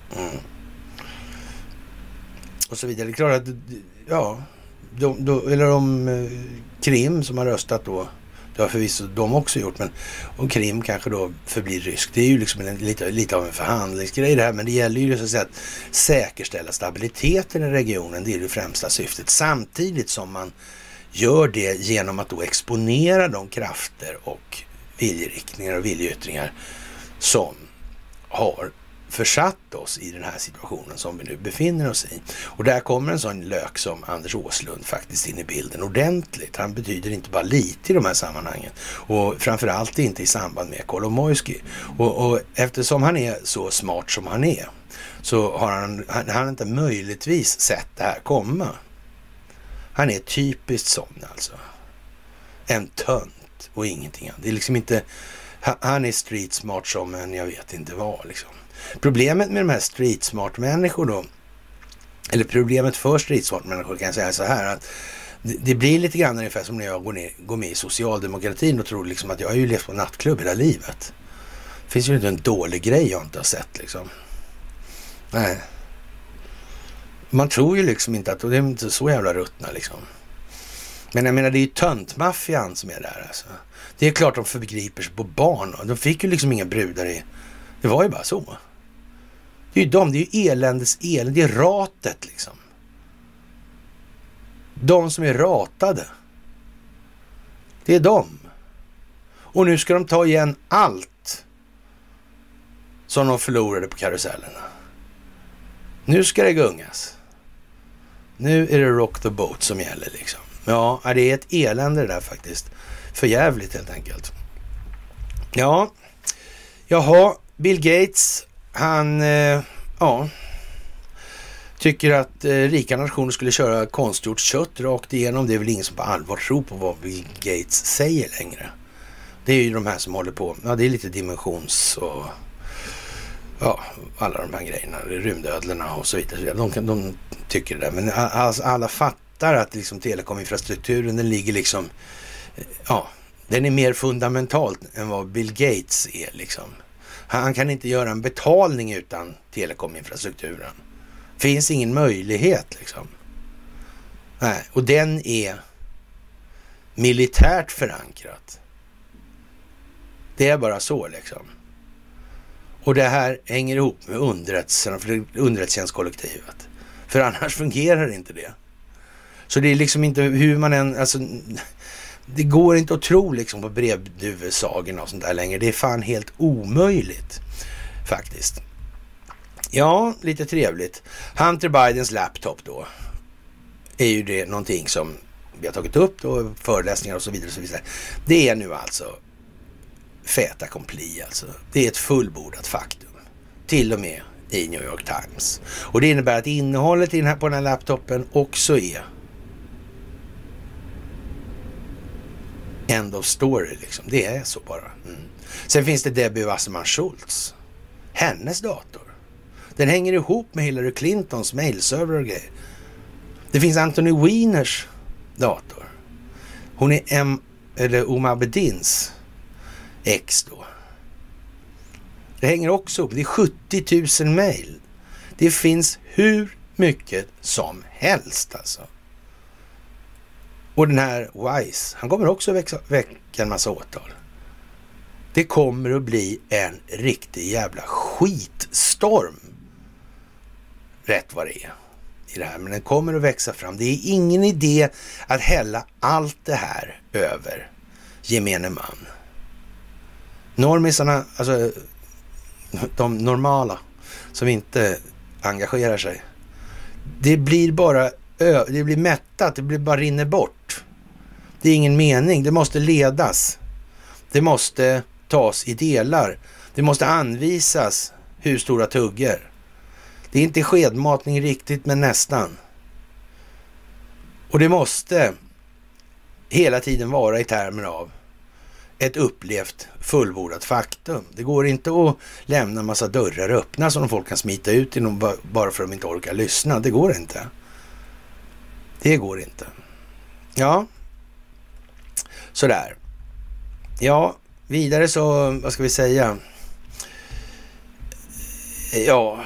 A: Och så vidare. Det är klart att, ja, eller om Krim som har röstat då, det har förvisso de också gjort, men om Krim kanske då förblir rysk. Det är ju liksom lite av en förhandlingsgrej det här, men det gäller ju så att säga att säkerställa stabiliteten i regionen. Det är det främsta syftet. Samtidigt som man gör det genom att då exponera de krafter och viljeriktningar och viljeyttringar som har försatt oss i den här situationen som vi nu befinner oss i. Och där kommer en sån lök som Anders Åslund faktiskt in i bilden ordentligt. Han betyder inte bara lite i de här sammanhangen. Och framförallt inte i samband med Kolomoisky. Och eftersom han är så smart som han är så har han inte möjligtvis sett det här komma. Han är typiskt sån alltså. En tönt och ingenting annat. Det är liksom inte, han är street smart som en jag vet inte vad liksom. Problemet med de här street smart människor då, eller problemet för street smart människor kan jag säga så här att det blir lite grann ungefär som när jag går med i socialdemokratin och tror liksom att jag har ju levt på nattklubb hela livet. Det finns ju inte en dålig grej jag inte har sett liksom. Nej. Man tror ju liksom inte att, och det är inte så jävla ruttna liksom. Men jag menar det är ju töntmaffian som är där alltså. Det är klart de förgriper sig på barn. De fick ju liksom inga brudar i. Det var ju bara så. Det är ju det är ju eländes elände. Det är ratet liksom. De som är ratade. Det är de. Och nu ska de ta igen allt som de förlorade på karusellerna. Nu ska det gungas. Nu är det rock the boat som gäller liksom. Ja, det är ett elände det där faktiskt. För jävligt helt enkelt. Ja, jaha, Bill Gates, han tycker att rika nationer skulle köra konstgjort kött rakt igenom. Det är väl ingen som på allvar tror på vad Bill Gates säger längre. Det är ju de här som håller på, ja det är lite dimensions och ja, alla de här grejerna, rymdödlorna och så vidare. De tycker det där, men alla fattar att liksom telekominfrastrukturen, den ligger liksom, ja, den är mer fundamentalt än vad Bill Gates är liksom. Han kan inte göra en betalning utan telekominfrastrukturen. Finns ingen möjlighet liksom. Nej, och den är militärt förankrat. Det är bara så liksom. Och det här hänger ihop med underrättelsetjänstkollektivet. För annars fungerar inte det. Så det är liksom inte hur man än, alltså det går inte att tro liksom på brevduvesagorna och sånt där längre. Det är fan helt omöjligt faktiskt. Ja, lite trevligt. Hunter Bidens laptop då är ju det någonting som vi har tagit upp då, föreläsningar och så vidare och så vidare. Det är nu alltså fait accompli alltså. Det är ett fullbordat faktum. Till och med i New York Times. Och det innebär att innehållet i på den här laptopen också är end of story liksom. Det är så bara. Sen finns det Debbie Wasserman Schultz. Hennes dator. Den hänger ihop med Hillary Clintons mailserver och grejer. Det finns Anthony Weiners dator. Hon är Omar Bedins ex då. Det hänger också upp. Det är 70 000 mejl. Det finns hur mycket som helst alltså. Och den här Weiss, han kommer också väcka en massa åtal. Det kommer att bli en riktig jävla skitstorm. Rätt vad det är i det här. Men den kommer att växa fram. Det är ingen idé att hälla allt det här över gemene man. Normisarna, alltså de normala som inte engagerar sig. Det blir bara det blir mättat, det blir bara rinner bort. Det är ingen mening, det måste ledas. Det måste tas i delar. Det måste anvisas hur stora tuggor. Det är inte skedmatning riktigt, men nästan. Och det måste hela tiden vara i termer av ett upplevt fullbordat faktum. Det går inte att lämna en massa dörrar öppna som folk kan smita ut inom bara för att de inte orkar lyssna. Det går inte. Det går inte. Ja, sådär. Ja, vidare så, vad ska vi säga? Ja,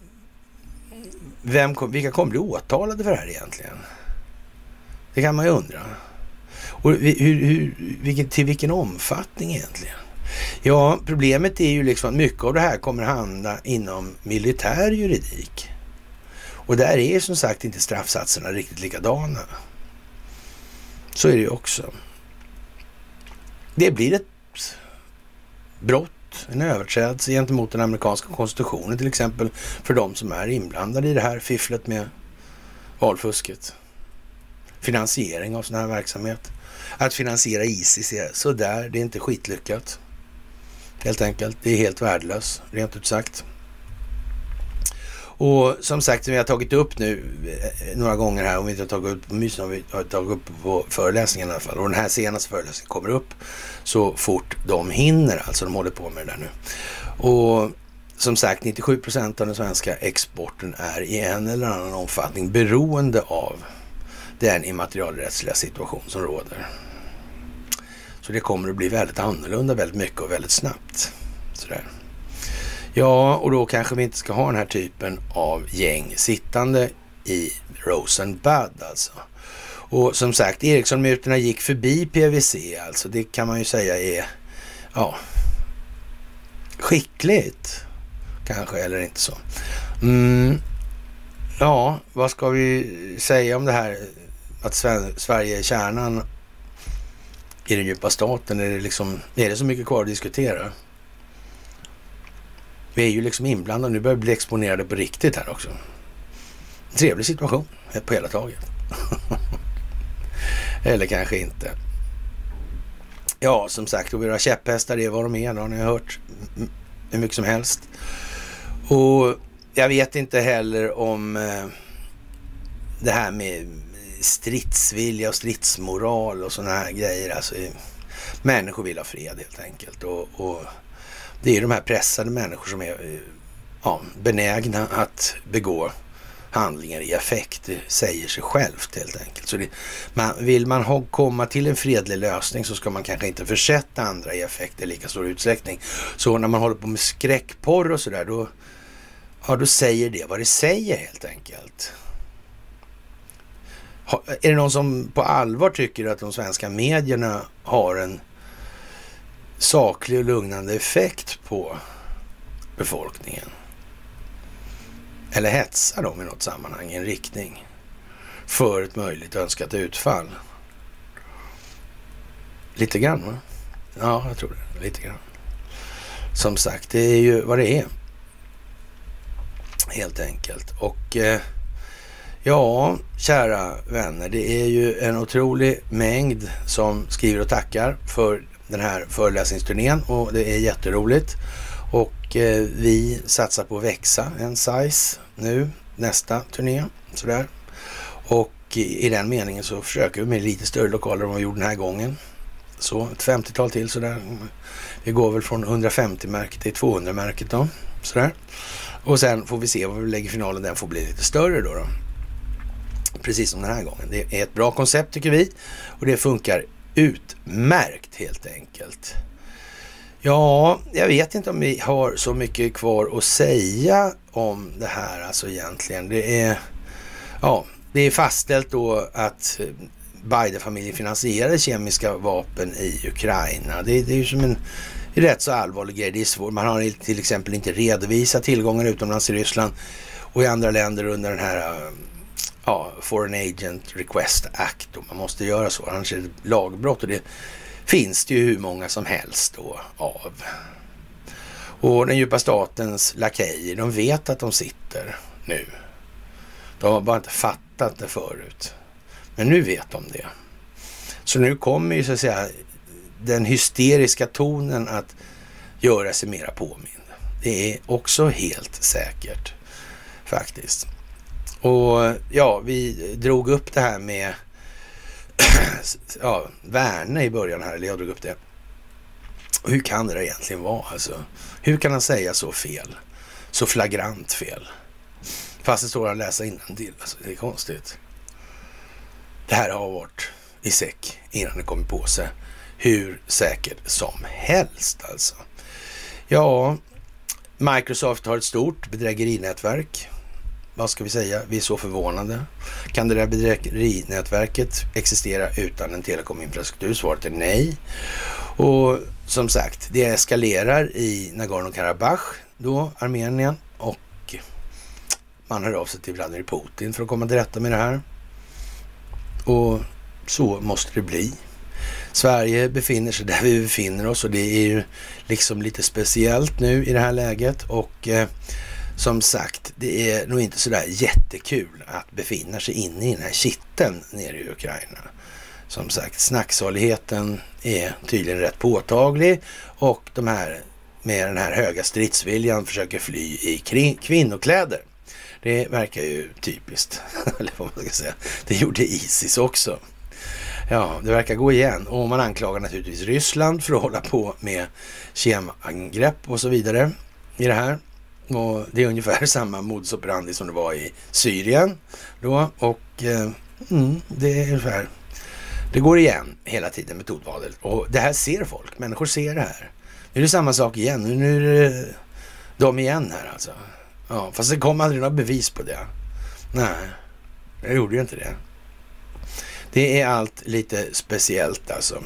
A: vilka kommer bli åtalade för det här egentligen? Det kan man ju undra. Och till vilken omfattning egentligen? Ja, problemet är ju liksom att mycket av det här kommer att handla inom militär juridik. Och där är ju som sagt inte straffsatserna riktigt likadana. Så är det ju också. Det blir ett brott, en överträdelse gentemot den amerikanska konstitutionen till exempel för de som är inblandade i det här fifflet med valfusket. Finansiering av sån här verksamhet. Att finansiera ISIS är så där, det är inte skitlyckat. Helt enkelt, det är helt värdelöst, rent ut sagt. Och som sagt, som vi har tagit upp nu några gånger här, om vi inte har tagit upp på mysen, har vi tagit upp på föreläsningen i alla fall. Och den här senaste föreläsningen kommer upp så fort de hinner, alltså de håller på med det där nu. Och som sagt, 97% av den svenska exporten är i en eller annan omfattning beroende av den immaterialrättsliga situation som råder. Så det kommer att bli väldigt annorlunda väldigt mycket och väldigt snabbt. Sådär. Ja, och då kanske vi inte ska ha den här typen av gäng sittande i Rosenbad alltså. Och som sagt, Ericsson-mutorna gick förbi PVC alltså. Det kan man ju säga är, ja, skickligt kanske, eller inte så. Ja, vad ska vi säga om det här att Sverige är kärnan i den djupa staten? Är det så mycket kvar att diskutera? Vi är ju liksom inblandade, nu börjar vi bli exponerade på riktigt här också. En trevlig situation på hela taget. Eller kanske inte. Ja, som sagt, och våra käpphästar är vad de är, då har ni hört hur mycket som helst. Och jag vet inte heller om det här med stridsvilja och stridsmoral och såna här grejer. Alltså, människor vill ha fred helt enkelt. Och det är de här pressade människor som är benägna att begå handlingar i affekt. Det säger sig självt helt enkelt. Så vill man komma till en fredlig lösning så ska man kanske inte försätta andra i affekt i lika stor utsträckning. Så när man håller på med skräckporr och sådär, då säger det vad det säger helt enkelt. Är det någon som på allvar tycker att de svenska medierna har en saklig och lugnande effekt på befolkningen? Eller hetsar de i något sammanhang i en riktning för ett möjligt önskat utfall? Lite grann, va? Ja, jag tror det. Lite grann. Som sagt, det är ju vad det är. Helt enkelt. Och ja, kära vänner, det är ju en otrolig mängd som skriver och tackar för den här föreläsningsturnén och det är jätteroligt. Och vi satsar på att växa en size nu, nästa turné. Sådär. Och i den meningen så försöker vi med lite större lokaler än vad vi gjorde den här gången. Så ett 50-tal till sådär. Vi går väl från 150-märket till 200-märket då. Sådär. Och sen får vi se vad vi lägger finalen, den får bli lite större då. Precis som den här gången. Det är ett bra koncept tycker vi. Och det funkar utmärkt helt enkelt. Ja, jag vet inte om vi har så mycket kvar att säga om det här alltså egentligen. Det är fastställt då att Biden-familjen finansierade kemiska vapen i Ukraina. Det är ju som en rätt så allvarlig grej. Det är svårt. Man har till exempel inte redovisat tillgångar utomlands i Ryssland och i andra länder under den här Foreign Agent Request Act. Och man måste göra så, annars är det lagbrott och det finns det ju hur många som helst då av. Och den djupa statens lakejer, de vet att de sitter nu. De har bara inte fattat det förut. Men nu vet de det. Så nu kommer ju så att säga den hysteriska tonen att göra sig mera påmind. Det är också helt säkert faktiskt. Och ja, vi drog upp det här med Värne i början här, eller jag drog upp det. Och hur kan det egentligen vara alltså? Hur kan han säga så fel? Så flagrant fel? Fast det står att läsa innantill. Alltså, det är konstigt. Det här har varit i säck innan det kommer på sig. Hur säkert som helst alltså. Ja, Microsoft har ett stort bedrägerinätverk. Vad ska vi säga? Vi är så förvånade. Kan det där bedrägerinätverket existera utan en telekominfrastruktur? Svaret är nej. Och som sagt, det eskalerar i Nagorno-Karabach, då Armenien, och man hör av sig till Vladimir Putin för att komma till rätta med det här. Och så måste det bli. Sverige befinner sig där vi befinner oss och det är ju liksom lite speciellt nu i det här läget och som sagt, det är nog inte sådär jättekul att befinna sig inne i den här kitteln nere i Ukraina. Som sagt, snacksaligheten är tydligen rätt påtaglig och de här med den här höga stridsviljan försöker fly i kvinnokläder. Det verkar ju typiskt, eller vad man ska säga. Det gjorde ISIS också. Ja, det verkar gå igen. Och man anklagar naturligtvis Ryssland för att hålla på med kemangrepp och så vidare i det här. Och det är ungefär samma modus operandi som det var i Syrien då. Och det är ungefär, det går igen hela tiden metodvalet. Och det här ser folk, människor ser det här. Nu är det samma sak igen. Nu är det de igen här alltså. Ja, fast det kom aldrig några bevis på det. Nej, jag gjorde ju inte det. Det är allt lite speciellt alltså.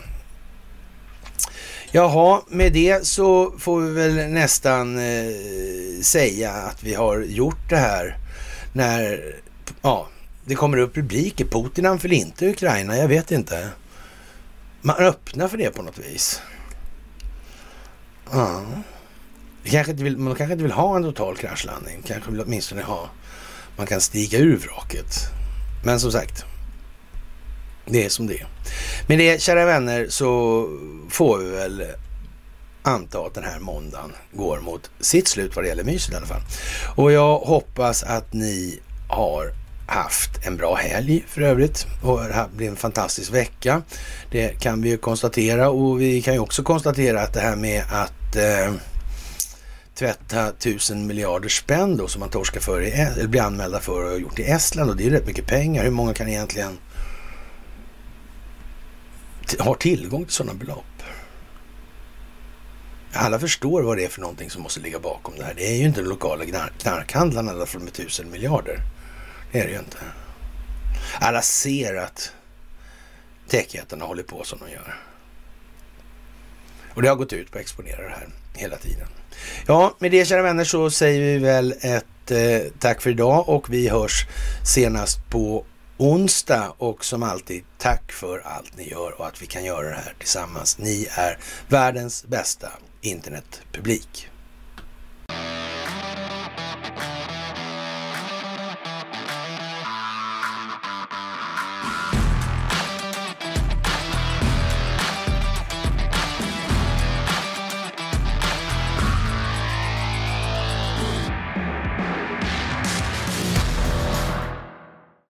A: Jaha, med det så får vi väl nästan säga att vi har gjort det här när det kommer upp rubriker. Putin anföll inte Ukraina, jag vet inte. Man öppnar för det på något vis. Ja. Man kanske inte vill ha en total kraschlandning. Kanske vill åtminstone ha, man kan stiga ur vraket. Men som sagt, det är som det är. Med det, kära vänner, så får vi väl anta att den här måndagen går mot sitt slut vad det gäller myset i alla fall. Och jag hoppas att ni har haft en bra helg för övrigt. Och det här blir en fantastisk vecka. Det kan vi ju konstatera. Och vi kan ju också konstatera att det här med att tvätta 1000 miljarder spänn då som man torskar för eller blir anmälda för och har gjort i Estland. Och det är ju rätt mycket pengar. Hur många kan egentligen har tillgång till sådana belopp? Alla förstår vad det är för någonting som måste ligga bakom det här. Det är ju inte de lokala knarkhandlarna där från med 1000 miljarder. Det är det ju inte. Alla ser att techjättarna håller på som de gör. Och det har gått ut på att exponera det här hela tiden. Ja, med det, kära vänner, så säger vi väl ett tack för idag och vi hörs senast på onsdag och som alltid, tack för allt ni gör och att vi kan göra det här tillsammans. Ni är världens bästa internetpublik.